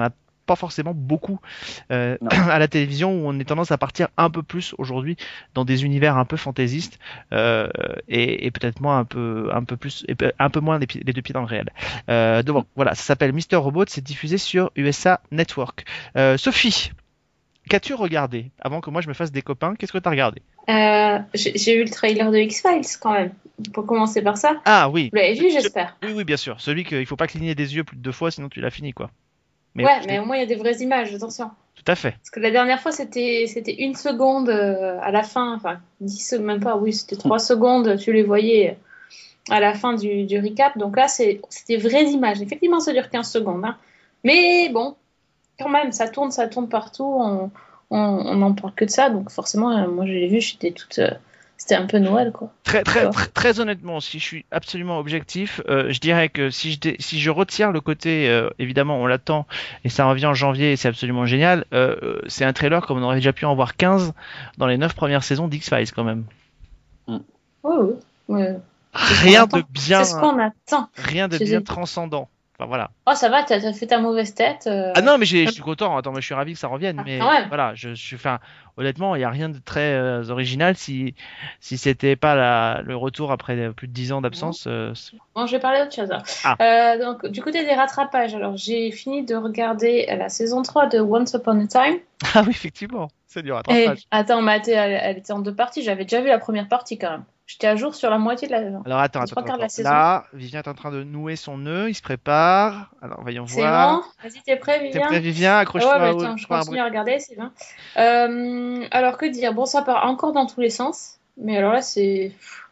pas forcément beaucoup euh, Non. à la télévision, où on est tendance à partir un peu plus aujourd'hui dans des univers un peu fantaisistes euh, et, et peut-être moins un peu un peu plus et peu- un peu moins les, pieds- les deux pieds dans le réel. Euh, donc bon, voilà, ça s'appelle Mister Robot, c'est diffusé sur U S A Network. Euh, Sophie, qu'as-tu regardé avant que moi je me fasse des copains? Qu'est-ce que tu as regardé? Euh, j'ai j'ai vu le trailer de X-Files quand même. Pour commencer par ça. Ah oui. Vous l'avez vu, Ce- j'espère. Oui, oui, bien sûr. Celui qu'il faut pas cligner des yeux plus de deux fois, sinon tu l'as fini, quoi. Mais Ouais, je mais l'ai- au moins il y a des vraies images, attention. tout à fait. Parce que la dernière fois, c'était c'était une seconde euh, à la fin, enfin, dix secondes, même pas, oui, c'était trois secondes, tu les voyais à la fin du, du recap. Donc là, c'est- c'était vraies images. Effectivement, ça dure quinze secondes. Hein. Mais bon, quand même, ça tourne, ça tourne partout. On, on, on en parle que de ça. Donc forcément, euh, moi, je l'ai vu, j'étais toute. euh, c'était un peu Noël, quoi. Très, très, D'accord. très, très honnêtement, si je suis absolument objectif, euh, je dirais que si je, dé- si je retire le côté, euh, évidemment, on l'attend et ça revient en janvier et c'est absolument génial, euh, euh, c'est un trailer comme on aurait déjà pu en voir quinze dans les neuf premières saisons d'X-Files quand même. Oui, oui. Ouais. C'est ce qu'on Rien attend. de bien, C'est ce qu'on attend. rien de Je bien sais. transcendant. Enfin voilà. Oh, ça va, t'as t'as fait ta mauvaise tête. euh. Ah non, mais j'ai- je suis content. Attends, mais je suis ravi que ça revienne. Ah, Mais quand même. voilà, je, je suis. Enfin, honnêtement, il y a rien de très euh, original si si c'était pas la, le retour après plus de dix ans d'absence. euh, c'est- Bon, je vais parler d'autre chose. alors. Ah. Euh, donc, du côté des rattrapages, alors j'ai fini de regarder la saison trois de Once Upon a Time. Ah oui, effectivement, c'est du Et rattrapage. attends, mais elle, elle- elle était en deux parties. J'avais déjà vu la première partie quand même. J'étais à jour sur la moitié de la. Alors attends, les attends, trois quarts de la attends. saison. Là, Vivien est en train de nouer son nœud, il se prépare. Alors voyons C'est voir. bon. Vas-y, t'es prêt, T'es Vivien? prêt, Vivien? Ah Accroche-toi ouais, bah, au- attends, je sur un continue à regarder, c'est bien. Euh, alors que dire? Bon, ça part encore dans tous les sens. Mais alors là, c'est.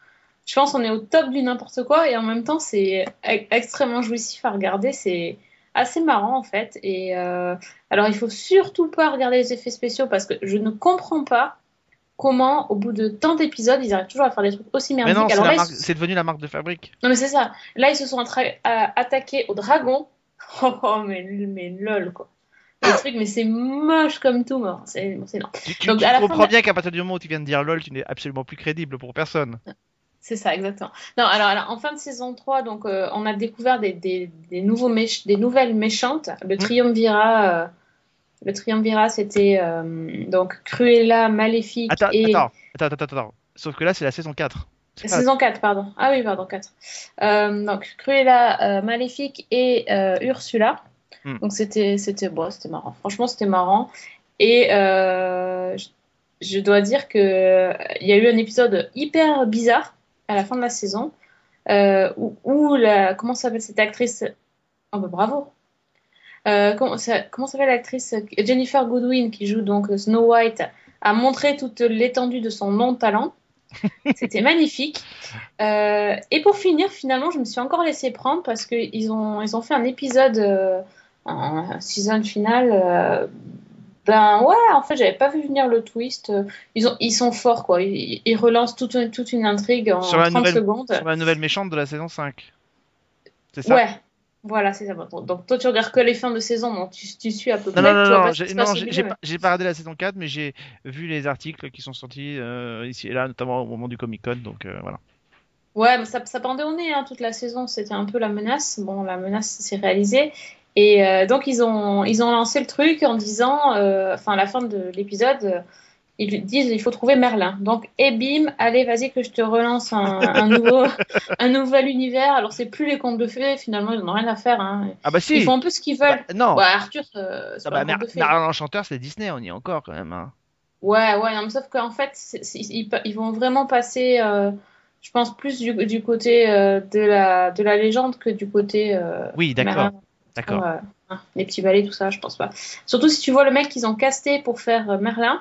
Je pense qu'on est au top du n'importe quoi et en même temps, c'est e- extrêmement jouissif à regarder. C'est assez marrant en fait. Et euh, alors, il faut surtout pas regarder les effets spéciaux parce que je ne comprends pas comment, au bout de tant d'épisodes, ils arrivent toujours à faire des trucs aussi Mais merdiques. non, c'est Alors la là, ils marque- se- c'est devenu la marque de fabrique. non mais c'est ça. Là, ils se sont attra- à- attaqués au dragon. Oh, oh, mais, mais lol quoi. Le truc, mais c'est moche comme tout. Bon, c'est bon, c'est non. Tu, tu- Donc, tu à la fin comprends de- bien qu'à partir du moment où tu viens de dire lol, tu n'es absolument plus crédible pour personne. C'est ça, exactement. Non, alors, alors, en fin de saison trois, donc, euh, on a découvert des, des, des, nouveaux méch- des nouvelles méchantes. Le triumvirat, euh, le triumvirat c'était euh, donc Cruella, Maléfique Attends, et... attends, attends, attends, attends. Sauf que là, c'est la saison quatre. C'est pas la- Saison quatre, pardon. Ah oui, pardon, quatre. Euh, donc, Cruella, euh, Maléfique et euh, Ursula. Hmm. Donc, c'était c'était bon, c'était marrant. Franchement, c'était marrant. Et euh, je, je dois dire qu'il y a eu un épisode hyper bizarre à la fin de la saison euh, où, où la, comment s'appelle cette actrice? Oh, bah, bravo. Euh, comment ça- comment s'appelle l'actrice Jennifer Goodwin qui joue donc Snow White a montré toute l'étendue de son non-talent. C'était magnifique. Euh, et pour finir, finalement, je me suis encore laissée prendre parce qu'ils ont, ils ont fait un épisode, euh, un season final. euh, ben ouais, en fait, j'avais pas vu venir le twist. Ils, ont, ils sont forts, quoi. Ils, ils relancent toute, une- toute une intrigue en Sur la trente nouvelle- secondes. Sur la nouvelle méchante de la saison cinq. C'est ça? Ouais, voilà, c'est ça. Bon, donc, toi, tu regardes que les fins de saison, donc tu, tu suis à peu Non, près. non, non, tu vois non, pas ce j'ai qui se non, passe au j'ai- milieu, j'ai mais- pas, j'ai pas regardé la saison quatre, mais j'ai vu les articles qui sont sortis euh, ici et là, notamment au moment du Comic Con, donc euh, voilà. Ouais, mais ça, ça pendait au nez hein, toute la saison. C'était un peu la menace. Bon, la menace s'est réalisée. Et euh, donc, ils ont, ils ont lancé le truc en disant, euh, enfin, à la fin de l'épisode, euh, ils disent il faut trouver Merlin. Donc, et bim, allez, vas-y, que je te relance un, un, nouveau, un nouvel univers. Alors, c'est plus les contes de fées, finalement, ils n'en ont rien à faire. Hein. Ah bah si. Ils font un peu ce qu'ils veulent. Bah, non. Ouais, Arthur, euh, c'est Ah pas bah, un Mer- conte de fées. Merlin l'Enchanteur, c'est Disney, on y est encore quand même. Hein. Ouais, ouais, non, mais sauf qu'en fait, c'est- c'est- ils, pa- ils vont vraiment passer, euh, je pense, plus du, du côté euh, de, la, de la légende que du côté. Euh, Oui, d'accord. Merlin. D'accord. Ouais, hein, les petits balais, tout ça, je pense pas. Surtout si tu vois le mec qu'ils ont casté pour faire euh, Merlin,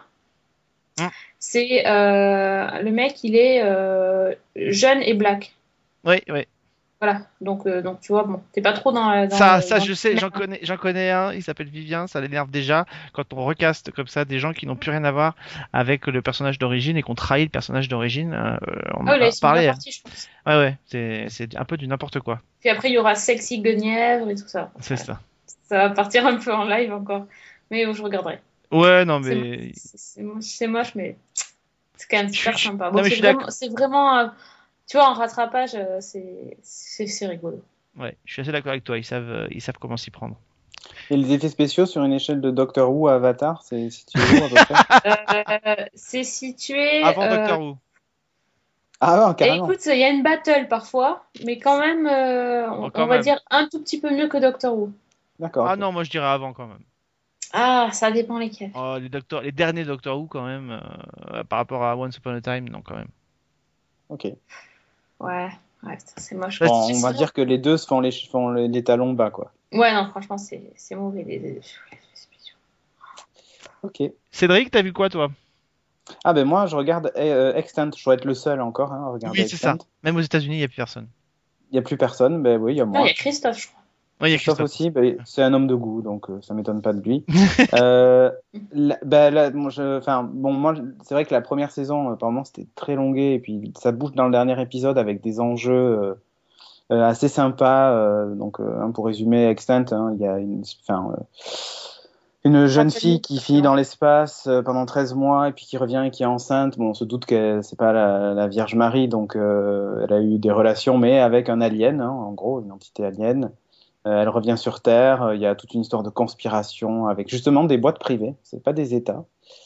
Mm. c'est euh, le mec, il est euh, jeune et black. Oui, oui. Voilà, donc, euh, donc tu vois, bon, t'es pas trop dans. la- dans Ça, le- ça, dans je le- sais, j'en connais, j'en connais un. Il s'appelle Vivien. Ça l'énerve déjà quand on recaste comme ça des gens qui n'ont plus rien à voir avec le personnage d'origine et qu'on trahit le personnage d'origine. euh, on Ah en oui, là, a ils sont parlé. bien hein. partis, je pense. Ouais, ouais. C'est, c'est un peu du n'importe quoi. Puis après, il y aura Sexy Guenièvre et tout ça. C'est ça. Ça va partir un peu en live encore. Mais bon, je regarderai. Ouais, non, C'est mais. mo- c'est- c'est moche, c'est moche, mais c'est quand même Je super suis- sympa. non, Bon, mais je c'est suis vraiment, c'est vraiment euh, tu vois, en rattrapage, euh, c'est c'est c'est rigolo. Ouais, je suis assez d'accord avec toi. Ils savent, euh, ils savent comment s'y prendre. Et les effets spéciaux sur une échelle de Doctor Who à Avatar, c'est situé où à peu près? Euh, c'est situé. Avant euh, Doctor Who. Ah ouais, Et carrément. écoute, il y a une battle parfois, mais quand même, euh, on, Oh, quand on va même. dire un tout petit peu mieux que Doctor Who. D'accord. Ah ok. non, moi je dirais avant quand même. Ah, ça dépend lesquels. Oh, les, Doctor... les derniers Doctor Who quand même, euh, par rapport à Once Upon a Time, non quand même. Ok. Ouais, ouais, ça, c'est moche. Bah, Bon, si- on va Sinon- dire que les deux se font les, font les, les talons bas, quoi. Ouais, non, franchement, c'est c'est mauvais. Les, les- les effets spéciaux. Ok. Cédric, t'as vu quoi toi? Ah ben moi, je regarde euh, Extant. Je dois être le seul encore hein, à regarder Oui, c'est ça. Extant. Même aux États-Unis, il n'y a plus personne. Il n'y a plus personne. Ben oui, il y a Non, il y moi. a Christophe, je crois. Oui, il y a Christophe Christophe. aussi, ben, c'est un homme de goût, donc euh, ça m'étonne pas de lui. euh, la- ben, là, moi, je, enfin, bon, moi, c'est vrai que la première saison, euh, apparemment, c'était très longué, et puis ça bouge dans le dernier épisode avec des enjeux euh, euh, assez sympas. euh, donc, euh, hein, pour résumer, Extant, hein, il y a une, enfin, euh, une jeune fille qui finit dans l'espace euh, pendant treize mois, et puis qui revient et qui est enceinte. Bon, on se doute que c'est pas la, la Vierge Marie, donc euh, elle a eu des relations, mais avec un alien, hein, en gros, une entité alien. Euh, elle revient sur Terre. euh, Il y a toute une histoire de conspiration avec justement des boîtes privées. C'est pas des États.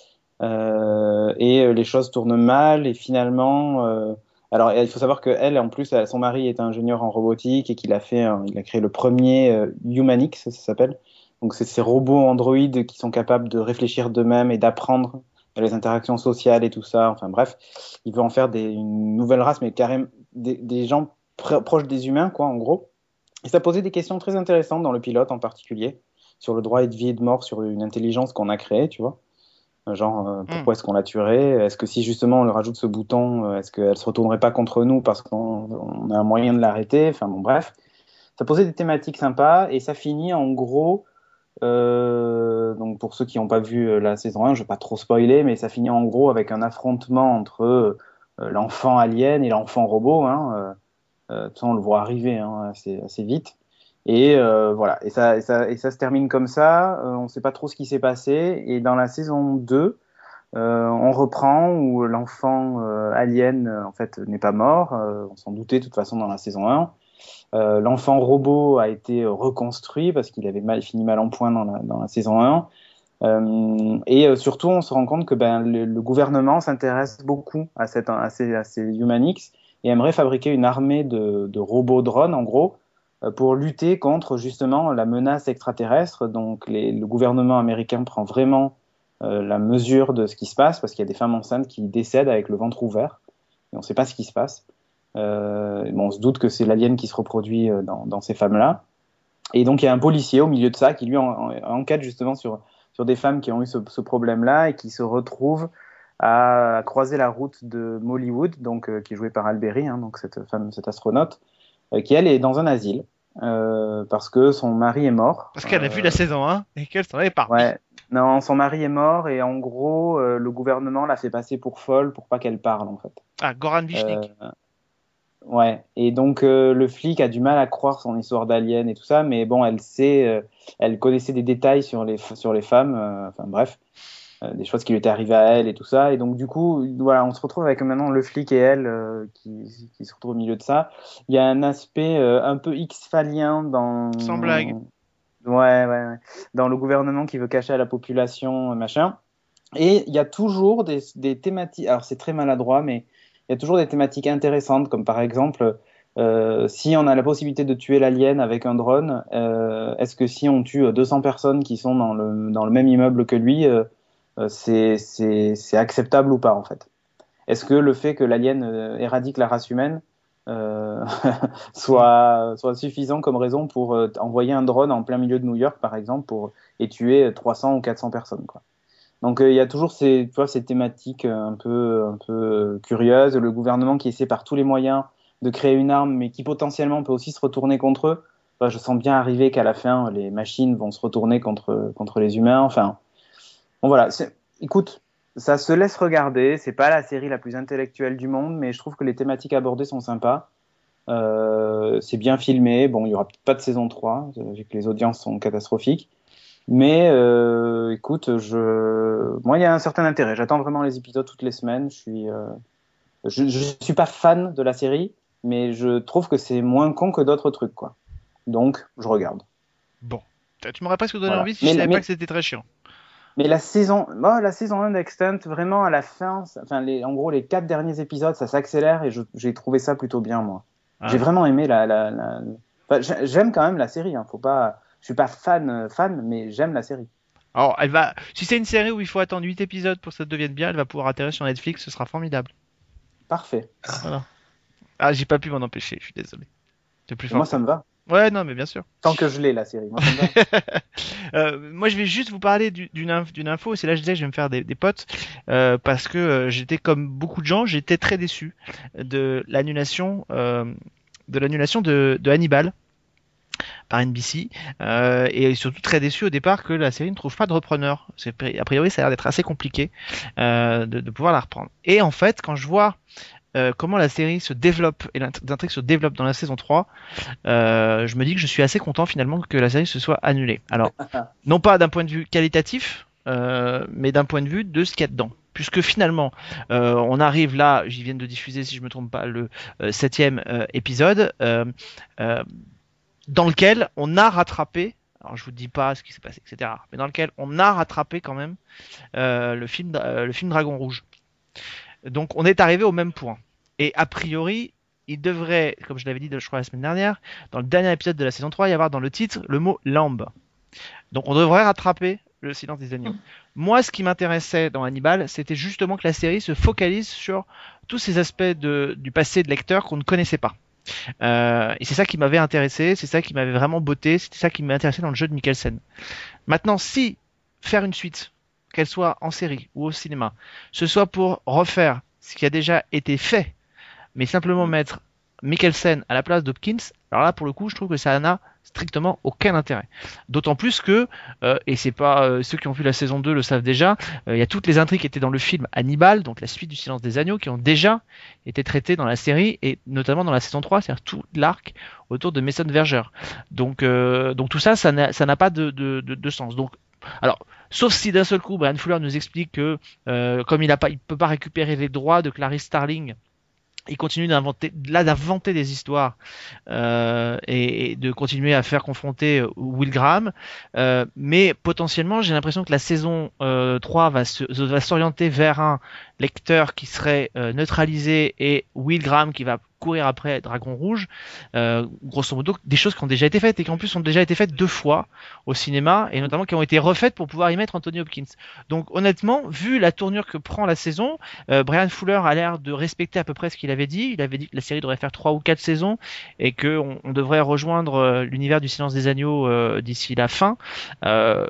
Euh, et euh, les choses tournent mal. Et finalement, euh, alors il faut savoir que elle, en plus, elle- son mari est ingénieur en robotique et qu'il a fait, un- il a créé le premier euh, Humanix, ça s'appelle. Donc c'est ces robots androïdes qui sont capables de réfléchir d'eux-mêmes et d'apprendre les interactions sociales et tout ça. Enfin bref, il veut en faire des, une nouvelle race, mais carrément des, des gens pr- proches des humains, quoi, en gros. Et ça posait des questions très intéressantes dans le pilote en particulier, sur le droit et de vie et de mort, sur une intelligence qu'on a créée, tu vois. Genre, euh, Hmm. pourquoi est-ce qu'on l'a tuée? Est-ce que si justement on lui rajoute ce bouton, euh, est-ce qu'elle se retournerait pas contre nous parce qu'on on a un moyen de l'arrêter? Enfin bon, bref. Ça posait des thématiques sympas et ça finit en gros, euh, donc pour ceux qui n'ont pas vu euh, la saison un, je vais pas trop spoiler, mais ça finit en gros avec un affrontement entre euh, l'enfant alien et l'enfant robot, hein. Euh, euh, tout ça, on le voit arriver hein, assez, assez vite. Et euh, voilà, et ça, et, ça, et ça se termine comme ça. Euh, on ne sait pas trop ce qui s'est passé. Et dans la saison deux, euh, on reprend où l'enfant euh, alien euh, en fait n'est pas mort. Euh, on s'en doutait de toute façon dans la saison un. Euh, l'enfant robot a été reconstruit parce qu'il avait mal, fini mal en point dans la, dans la saison un. Euh, et euh, surtout, on se rend compte que ben, le, le gouvernement s'intéresse beaucoup à, cette, à, ces, à ces Humanix et aimerait fabriquer une armée de, de robots drones, en gros, euh, pour lutter contre justement la menace extraterrestre. Donc, les, le gouvernement américain prend vraiment euh, la mesure de ce qui se passe parce qu'il y a des femmes enceintes qui décèdent avec le ventre ouvert et on ne sait pas ce qui se passe. Euh, bon, on se doute que c'est l'alien qui se reproduit euh, dans, dans ces femmes-là. Et donc, il y a un policier au milieu de ça qui, lui, en, en, enquête justement sur, sur des femmes qui ont eu ce, ce problème-là et qui se retrouvent à croiser la route de Molly Wood, donc, euh, qui est jouée par Alberi, hein, donc cette femme, cette astronaute, euh, qui, elle, est dans un asile euh, parce que son mari est mort. Parce qu'elle a vu Euh, la saison un et qu'elle s'en est pas. ouais. Non, son mari est mort et en gros, euh, le gouvernement l'a fait passer pour folle pour pas qu'elle parle, en fait. Ah, Goran Euh, Vishnik. Ouais, et donc euh, le flic a du mal à croire son histoire d'alien et tout ça, mais bon, elle sait, euh, elle connaissait des détails sur les sur les femmes, euh, enfin bref, euh, des choses qui lui étaient arrivées à elle et tout ça, et donc du coup, voilà, on se retrouve avec maintenant le flic et elle euh, qui qui se retrouvent au milieu de ça. Il y a un aspect euh, un peu X-Filien dans Sans blague. ouais, ouais, ouais, dans le gouvernement qui veut cacher à la population, euh, machin. Et il y a toujours des, des thématiques, alors c'est très maladroit, mais il y a toujours des thématiques intéressantes, comme par exemple, euh, si on a la possibilité de tuer l'alien avec un drone, euh, est-ce que si on tue deux cents personnes qui sont dans le, dans le même immeuble que lui, euh, euh, c'est, c'est, c'est acceptable ou pas en fait? Est-ce que le fait que l'alien euh, éradique la race humaine euh, soit, soit suffisant comme raison pour euh, envoyer un drone en plein milieu de New York, par exemple, pour, et tuer trois cents ou quatre cents personnes, quoi? Donc il euh, y a toujours ces, tu vois, ces thématiques un peu, un peu curieuses. Le gouvernement qui essaie par tous les moyens de créer une arme, mais qui potentiellement peut aussi se retourner contre eux. Enfin, je sens bien arriver qu'à la fin, les machines vont se retourner contre, contre les humains. Enfin, bon voilà. C'est, écoute, ça se laisse regarder. C'est pas la série la plus intellectuelle du monde, mais je trouve que les thématiques abordées sont sympas. Euh, c'est bien filmé. Bon, il y aura pas de saison trois, vu que les audiences sont catastrophiques. Mais euh, écoute, je... moi, il y a un certain intérêt. J'attends vraiment les épisodes toutes les semaines. Je suis, euh... je, je suis pas fan de la série, mais je trouve que c'est moins con que d'autres trucs, quoi. Donc, je regarde. Bon. Tu m'aurais presque donné Voilà. envie si Mais- je savais mais- pas que c'était très chiant. Mais la saison, oh, la saison un d'Extant, vraiment à la fin, ça- enfin, les, en gros, les quatre derniers épisodes, ça s'accélère et je- j'ai trouvé ça plutôt bien, moi. Ah. J'ai vraiment aimé la. la, la... Enfin, j'ai- j'aime quand même la série, hein, faut pas. Je suis pas fan, euh, fan, mais j'aime la série. Alors, elle va. Si c'est une série où il faut attendre huit épisodes pour que ça devienne bien, elle va pouvoir atterrir sur Netflix, ce sera formidable. Parfait. Ah, j'ai pas pu m'en empêcher, je suis désolé. C'est plus Et fort. moi, ça me va. Ouais, non, mais bien sûr. Tant que je l'ai, la série. Moi, ça me va. Euh, moi, je vais juste vous parler du- d'une inf- d'une info. C'est là que je disais que je vais me faire des, des potes euh, parce que euh, j'étais comme beaucoup de gens, j'étais très déçu de l'annulation euh, de l'annulation de, de Hannibal par N B C euh, et surtout très déçu au départ que la série ne trouve pas de repreneur. C'est, a priori, ça a l'air d'être assez compliqué euh, de, de pouvoir la reprendre. Et en fait, quand je vois euh, comment la série se développe et l'intrigue se développe dans la saison trois, euh, je me dis que je suis assez content finalement que la série se soit annulée. Alors, non pas d'un point de vue qualitatif, euh, mais d'un point de vue de ce qu'il y a dedans. Puisque finalement, euh, on arrive là, j'y viens de diffuser, si je me trompe pas, le euh, septième euh, épisode, euh, euh, dans lequel on a rattrapé, alors je vous dis pas ce qui s'est passé, et cetera, mais dans lequel on a rattrapé quand même euh, le film, euh, le film Dragon Rouge. Donc on est arrivé au même point. Et a priori, il devrait, comme je l'avais dit je crois la semaine dernière, dans le dernier épisode de la saison trois, y avoir dans le titre le mot lambe. Donc on devrait rattraper le silence des agneaux. Moi, ce qui m'intéressait dans Hannibal, c'était justement que la série se focalise sur tous ces aspects de, du passé de lecteur qu'on ne connaissait pas. Euh, et c'est ça qui m'avait intéressé, c'est ça qui m'avait vraiment botté, c'était ça qui m'intéressait dans le jeu de Mikkelsen. Maintenant, si faire une suite, qu'elle soit en série ou au cinéma, ce soit pour refaire ce qui a déjà été fait, mais simplement mettre Mikkelsen à la place d'Hopkins, alors là, pour le coup, je trouve que ça n'a strictement aucun intérêt. D'autant plus que, euh, et c'est pas euh, ceux qui ont vu la saison deux le savent déjà, il euh, y a toutes les intrigues qui étaient dans le film Hannibal, donc la suite du Silence des Agneaux, qui ont déjà été traitées dans la série, et notamment dans la saison trois, c'est-à-dire tout l'arc autour de Mason Verger. Donc, euh, donc tout ça, ça n'a, ça n'a pas de, de, de, de sens. Donc, alors, sauf si d'un seul coup, Bryan Fuller nous explique que, euh, comme il a pas, il peut pas récupérer les droits de Clarice Starling, il continue d'inventer, là, d'inventer des histoires euh, et, et de continuer à faire confronter euh, Will Graham. Euh, mais potentiellement, j'ai l'impression que la saison euh, trois va, se, va s'orienter vers un lecteur qui serait euh, neutralisé et Will Graham qui va courir après Dragon Rouge. Euh, grosso modo, des choses qui ont déjà été faites et qui en plus ont déjà été faites deux fois au cinéma et notamment qui ont été refaites pour pouvoir y mettre Anthony Hopkins. Donc honnêtement, vu la tournure que prend la saison, euh, Bryan Fuller a l'air de respecter à peu près ce qu'il avait dit. Il avait dit que la série devrait faire trois ou quatre saisons et qu'on on devrait rejoindre euh, l'univers du Silence des Agneaux euh, d'ici la fin. Euh,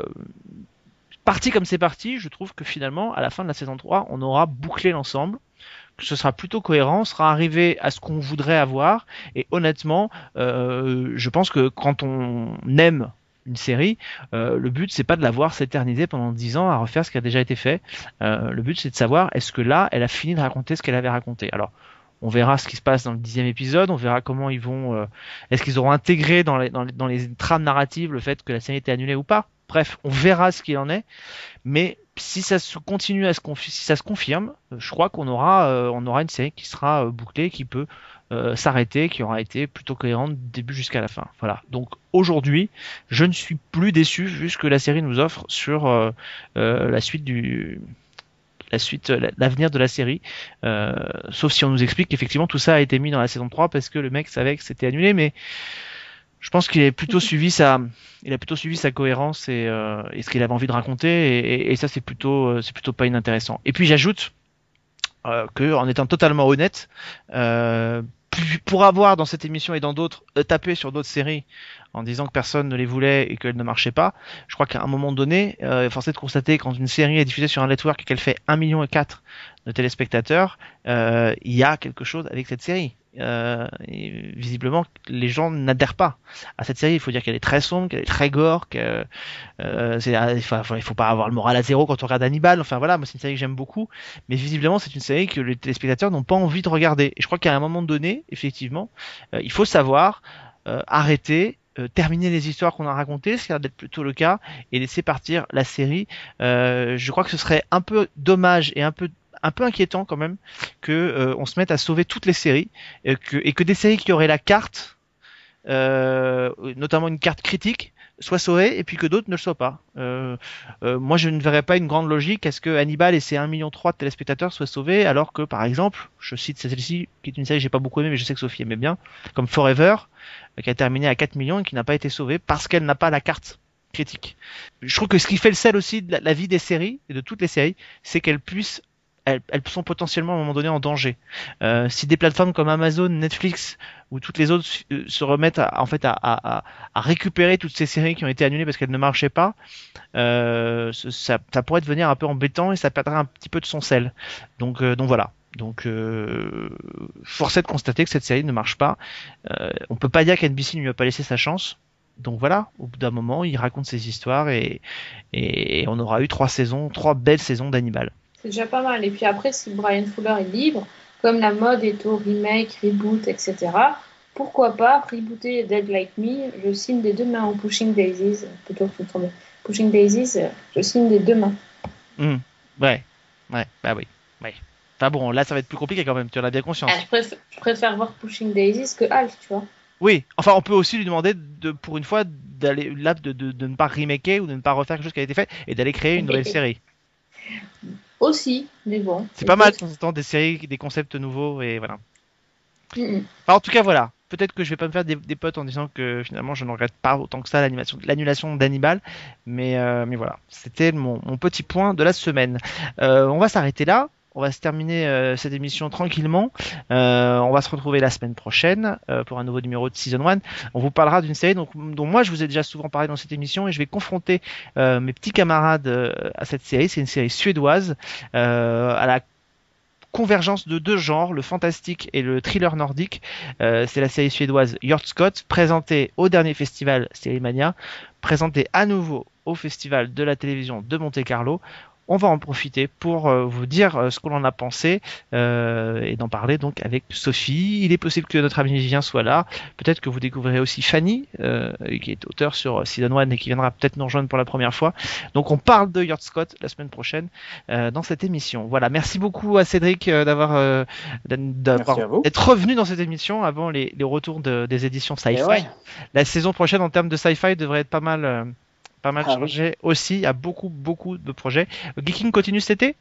parti comme c'est parti, je trouve que finalement, à la fin de la saison trois, on aura bouclé l'ensemble, que ce sera plutôt cohérent, on sera arrivé à ce qu'on voudrait avoir, et honnêtement, euh, je pense que quand on aime une série, euh, le but c'est pas de la voir s'éterniser pendant dix ans à refaire ce qui a déjà été fait. Euh, le but c'est de savoir est-ce que là, elle a fini de raconter ce qu'elle avait raconté. Alors, on verra ce qui se passe dans le dixième épisode, on verra comment ils vont, euh, est-ce qu'ils auront intégré dans les, dans, les, dans les trames narratives le fait que la série était annulée ou pas. Bref, on verra ce qu'il en est, mais si ça se continue à se confi- si ça se confirme, je crois qu'on aura, euh, on aura une série qui sera euh, bouclée, qui peut euh, s'arrêter, qui aura été plutôt cohérente du début jusqu'à la fin. Voilà. Donc aujourd'hui, je ne suis plus déçu vu ce que la série nous offre sur euh, euh, la suite du la suite, l'avenir de la série, euh, sauf si on nous explique qu'effectivement tout ça a été mis dans la saison trois parce que le mec savait que c'était annulé, mais je pense qu'il a plutôt suivi sa, il a plutôt suivi sa cohérence et, euh, et ce qu'il avait envie de raconter, et, et, et ça c'est plutôt, c'est plutôt pas inintéressant. Et puis j'ajoute euh, que, en étant totalement honnête, euh, pour avoir dans cette émission et dans d'autres euh, tapé sur d'autres séries en disant que personne ne les voulait et qu'elles ne marchaient pas, je crois qu'à un moment donné, euh, force est de constater quand une série est diffusée sur un network et qu'elle fait un million et quatre de téléspectateurs, euh, il y a quelque chose avec cette série. Euh, et visiblement, les gens n'adhèrent pas à cette série. Il faut dire qu'elle est très sombre, qu'elle est très gore, que euh, c'est, il faut, il faut pas avoir le moral à zéro quand on regarde Hannibal. Enfin voilà, moi c'est une série que j'aime beaucoup, mais visiblement c'est une série que les téléspectateurs n'ont pas envie de regarder. Et je crois qu'à un moment donné, effectivement, euh, il faut savoir euh, arrêter. Euh, terminer les histoires qu'on a racontées, ce qui a l'air d'être plutôt le cas, et laisser partir la série. Euh, je crois que ce serait un peu dommage et un peu un peu inquiétant quand même que euh, on se mette à sauver toutes les séries et que, et que des séries qui auraient la carte, euh, notamment une carte critique, soient sauvés et puis que d'autres ne le soient pas. Euh, euh, moi, je ne verrais pas une grande logique à ce que Hannibal et ses un virgule trois million de téléspectateurs soient sauvés, alors que, par exemple, je cite celle-ci, qui est une série que j'ai pas beaucoup aimée, mais je sais que Sophie aimait bien, comme Forever, euh, qui a terminé à quatre millions et qui n'a pas été sauvée parce qu'elle n'a pas la carte critique. Je trouve que ce qui fait le sel aussi de la, la vie des séries, et de toutes les séries, c'est qu'elles puissent Elles, elles sont potentiellement à un moment donné en danger. Euh, si des plateformes comme Amazon, Netflix ou toutes les autres euh, se remettent à, en fait à, à, à récupérer toutes ces séries qui ont été annulées parce qu'elles ne marchaient pas, euh, ça, ça pourrait devenir un peu embêtant et ça perdrait un petit peu de son sel. Donc, euh, donc voilà. Donc, euh, force est de constater que cette série ne marche pas. Euh, on peut pas dire qu'N B C ne lui a pas laissé sa chance. Donc voilà, au bout d'un moment, il raconte ses histoires et, et on aura eu trois saisons, trois belles saisons d'Hannibal. C'est déjà pas mal. Et puis après, si Brian Fuller est libre, comme la mode est au remake, reboot, et cetera, pourquoi pas rebooter Dead Like Me? Je signe des deux mains au Pushing Daisies, plutôt que de Pushing Daisies, je signe des deux mains. Mmh. Ouais, ouais, bah oui, ouais. Enfin bon, là ça va être plus compliqué quand même, tu en as bien conscience. Ah, je, préfère, je préfère voir Pushing Daisies que Alf, tu vois. Oui, enfin on peut aussi lui demander de, pour une fois, d'aller là, de, de, de ne pas remaker ou de ne pas refaire quelque chose qui a été fait et d'aller créer une nouvelle série. Aussi, mais bon. C'est pas mal de temps en temps des séries, des concepts nouveaux et voilà. Mm-hmm. Enfin, en tout cas, voilà. Peut-être que je vais pas me faire des, des potes en disant que finalement je ne regrette pas autant que ça l'animation, l'annulation d'Hannibal, mais euh, mais voilà, c'était mon, mon petit point de la semaine. Euh, on va s'arrêter là. On va se terminer euh, cette émission tranquillement. Euh, on va se retrouver la semaine prochaine euh, pour un nouveau numéro de Season un. On vous parlera d'une série donc, dont moi je vous ai déjà souvent parlé dans cette émission et je vais confronter euh, mes petits camarades euh, à cette série. C'est une série suédoise euh, à la convergence de deux genres, le fantastique et le thriller nordique. Euh, c'est la série suédoise Hjortskott, présentée au dernier festival Sérimania, présentée à nouveau au festival de la télévision de Monte-Carlo. On va en profiter pour euh, vous dire euh, ce qu'on en a pensé euh, et d'en parler donc avec Sophie. Il est possible que notre ami Vivien soit là. Peut-être que vous découvrirez aussi Fanny, euh, qui est auteur sur Season un et qui viendra peut-être nous rejoindre pour la première fois. Donc on parle de Hjortskott la semaine prochaine euh, dans cette émission. Voilà, merci beaucoup à Cédric euh, d'avoir, euh, d'avoir d'être revenu dans cette émission avant les, les retours de, des éditions Sci-Fi. Ouais. La saison prochaine en termes de Sci-Fi devrait être pas mal. Euh, Pas mal ah, chargé oui. aussi, il y a beaucoup beaucoup de projets. Geeking continue cet été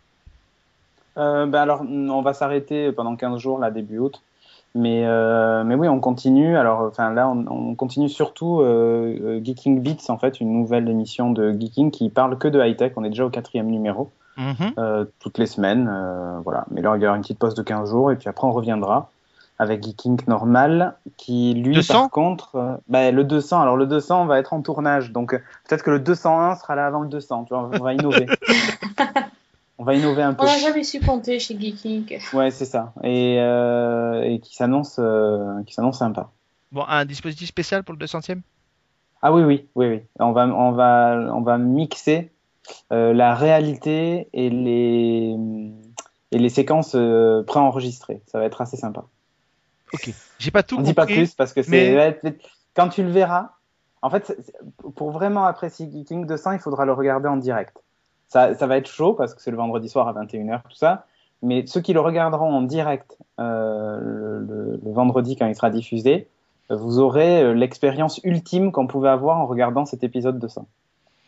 euh, bah alors on va s'arrêter pendant quinze jours là début août, mais euh, mais oui on continue. Alors enfin là on, on continue surtout euh, Geeking Beats en fait, une nouvelle émission de Geeking qui parle que de high tech. On est déjà au quatrième numéro mm-hmm. euh, toutes les semaines, euh, voilà. Mais là il y aura une petite pause de quinze jours et puis après on reviendra avec Geeking normal, qui lui deux cents par contre, euh, bah, le deux cents, alors le deux cents va être en tournage, donc euh, peut-être que le deux cent un sera là avant le deux cents, tu vois, on va innover. on va innover un peu. On n'a jamais su compter chez Geeking. Ouais, c'est ça, et, euh, et qui s'annonce, euh, qui s'annonce sympa. Bon, un dispositif spécial pour le deux centième ? Ah oui, oui, oui, oui. On va, on va, on va mixer euh, la réalité et les, et les séquences euh, préenregistrées. Ça va être assez sympa. Ok, j'ai pas tout on compris. On dit pas plus parce que c'est mais... quand tu le verras. En fait, c'est... pour vraiment apprécier Geeking deux cents, il faudra le regarder en direct. Ça, ça va être chaud parce que c'est le vendredi soir à vingt et une heures, tout ça. Mais ceux qui le regarderont en direct euh, le, le, le vendredi quand il sera diffusé, vous aurez l'expérience ultime qu'on pouvait avoir en regardant cet épisode deux cents.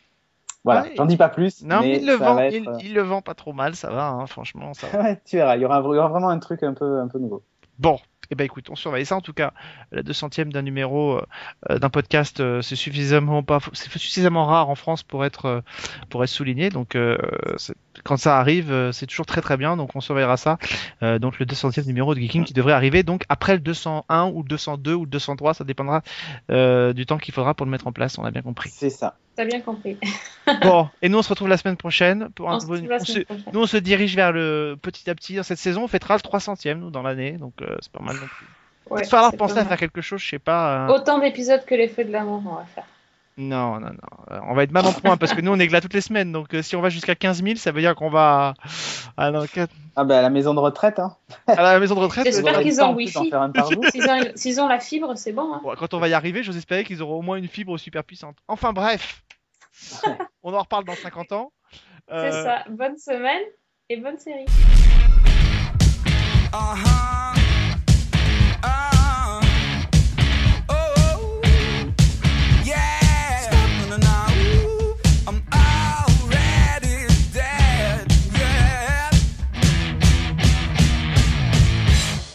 Voilà, ouais. J'en dis pas plus. Non, mais il le ça vend, va être... il, il le vend pas trop mal, ça va, hein, franchement. Ça va. Ouais, tu verras, il y aura, il y aura vraiment un truc un peu, un peu nouveau. Bon, eh ben écoute, on surveille ça en tout cas. La deux centième d'un numéro euh, d'un podcast, euh, c'est suffisamment pas, c'est suffisamment rare en France pour être euh, pour être souligné. Donc euh, quand ça arrive, euh, c'est toujours très très bien. Donc on surveillera ça. Euh, donc le deux centième numéro de Geeking qui devrait arriver donc après le deux cent un ou le deux cent deux ou le deux cent trois, ça dépendra euh, du temps qu'il faudra pour le mettre en place. On a bien compris. C'est ça. T'as bien compris. Bon, et nous on se retrouve la semaine prochaine pour on un se nouveau. On se... Nous on se dirige vers le petit à petit dans cette saison. On fêtera le trois centième nous dans l'année, donc euh, c'est pas mal non plus. Ouais, il va falloir penser à faire quelque chose, je sais pas. Euh... Autant d'épisodes que les feux de l'amour, on va faire. Non, non, non. Euh, on va être mal en point parce que nous on est là toutes les semaines, donc euh, si on va jusqu'à quinze mille, ça veut dire qu'on va. Ah, non, quatre... ah ben à la maison de retraite, hein. À la maison de retraite. J'espère qu'ils ont Wi-Fi. S'ils ont, s'ils ont la fibre, c'est bon. Hein. Bon, quand on va y arriver, j'ose espérer qu'ils auront au moins une fibre super puissante. Enfin bref. On en reparle dans cinquante ans. Euh... C'est ça. Bonne semaine et bonne série. Uh-huh.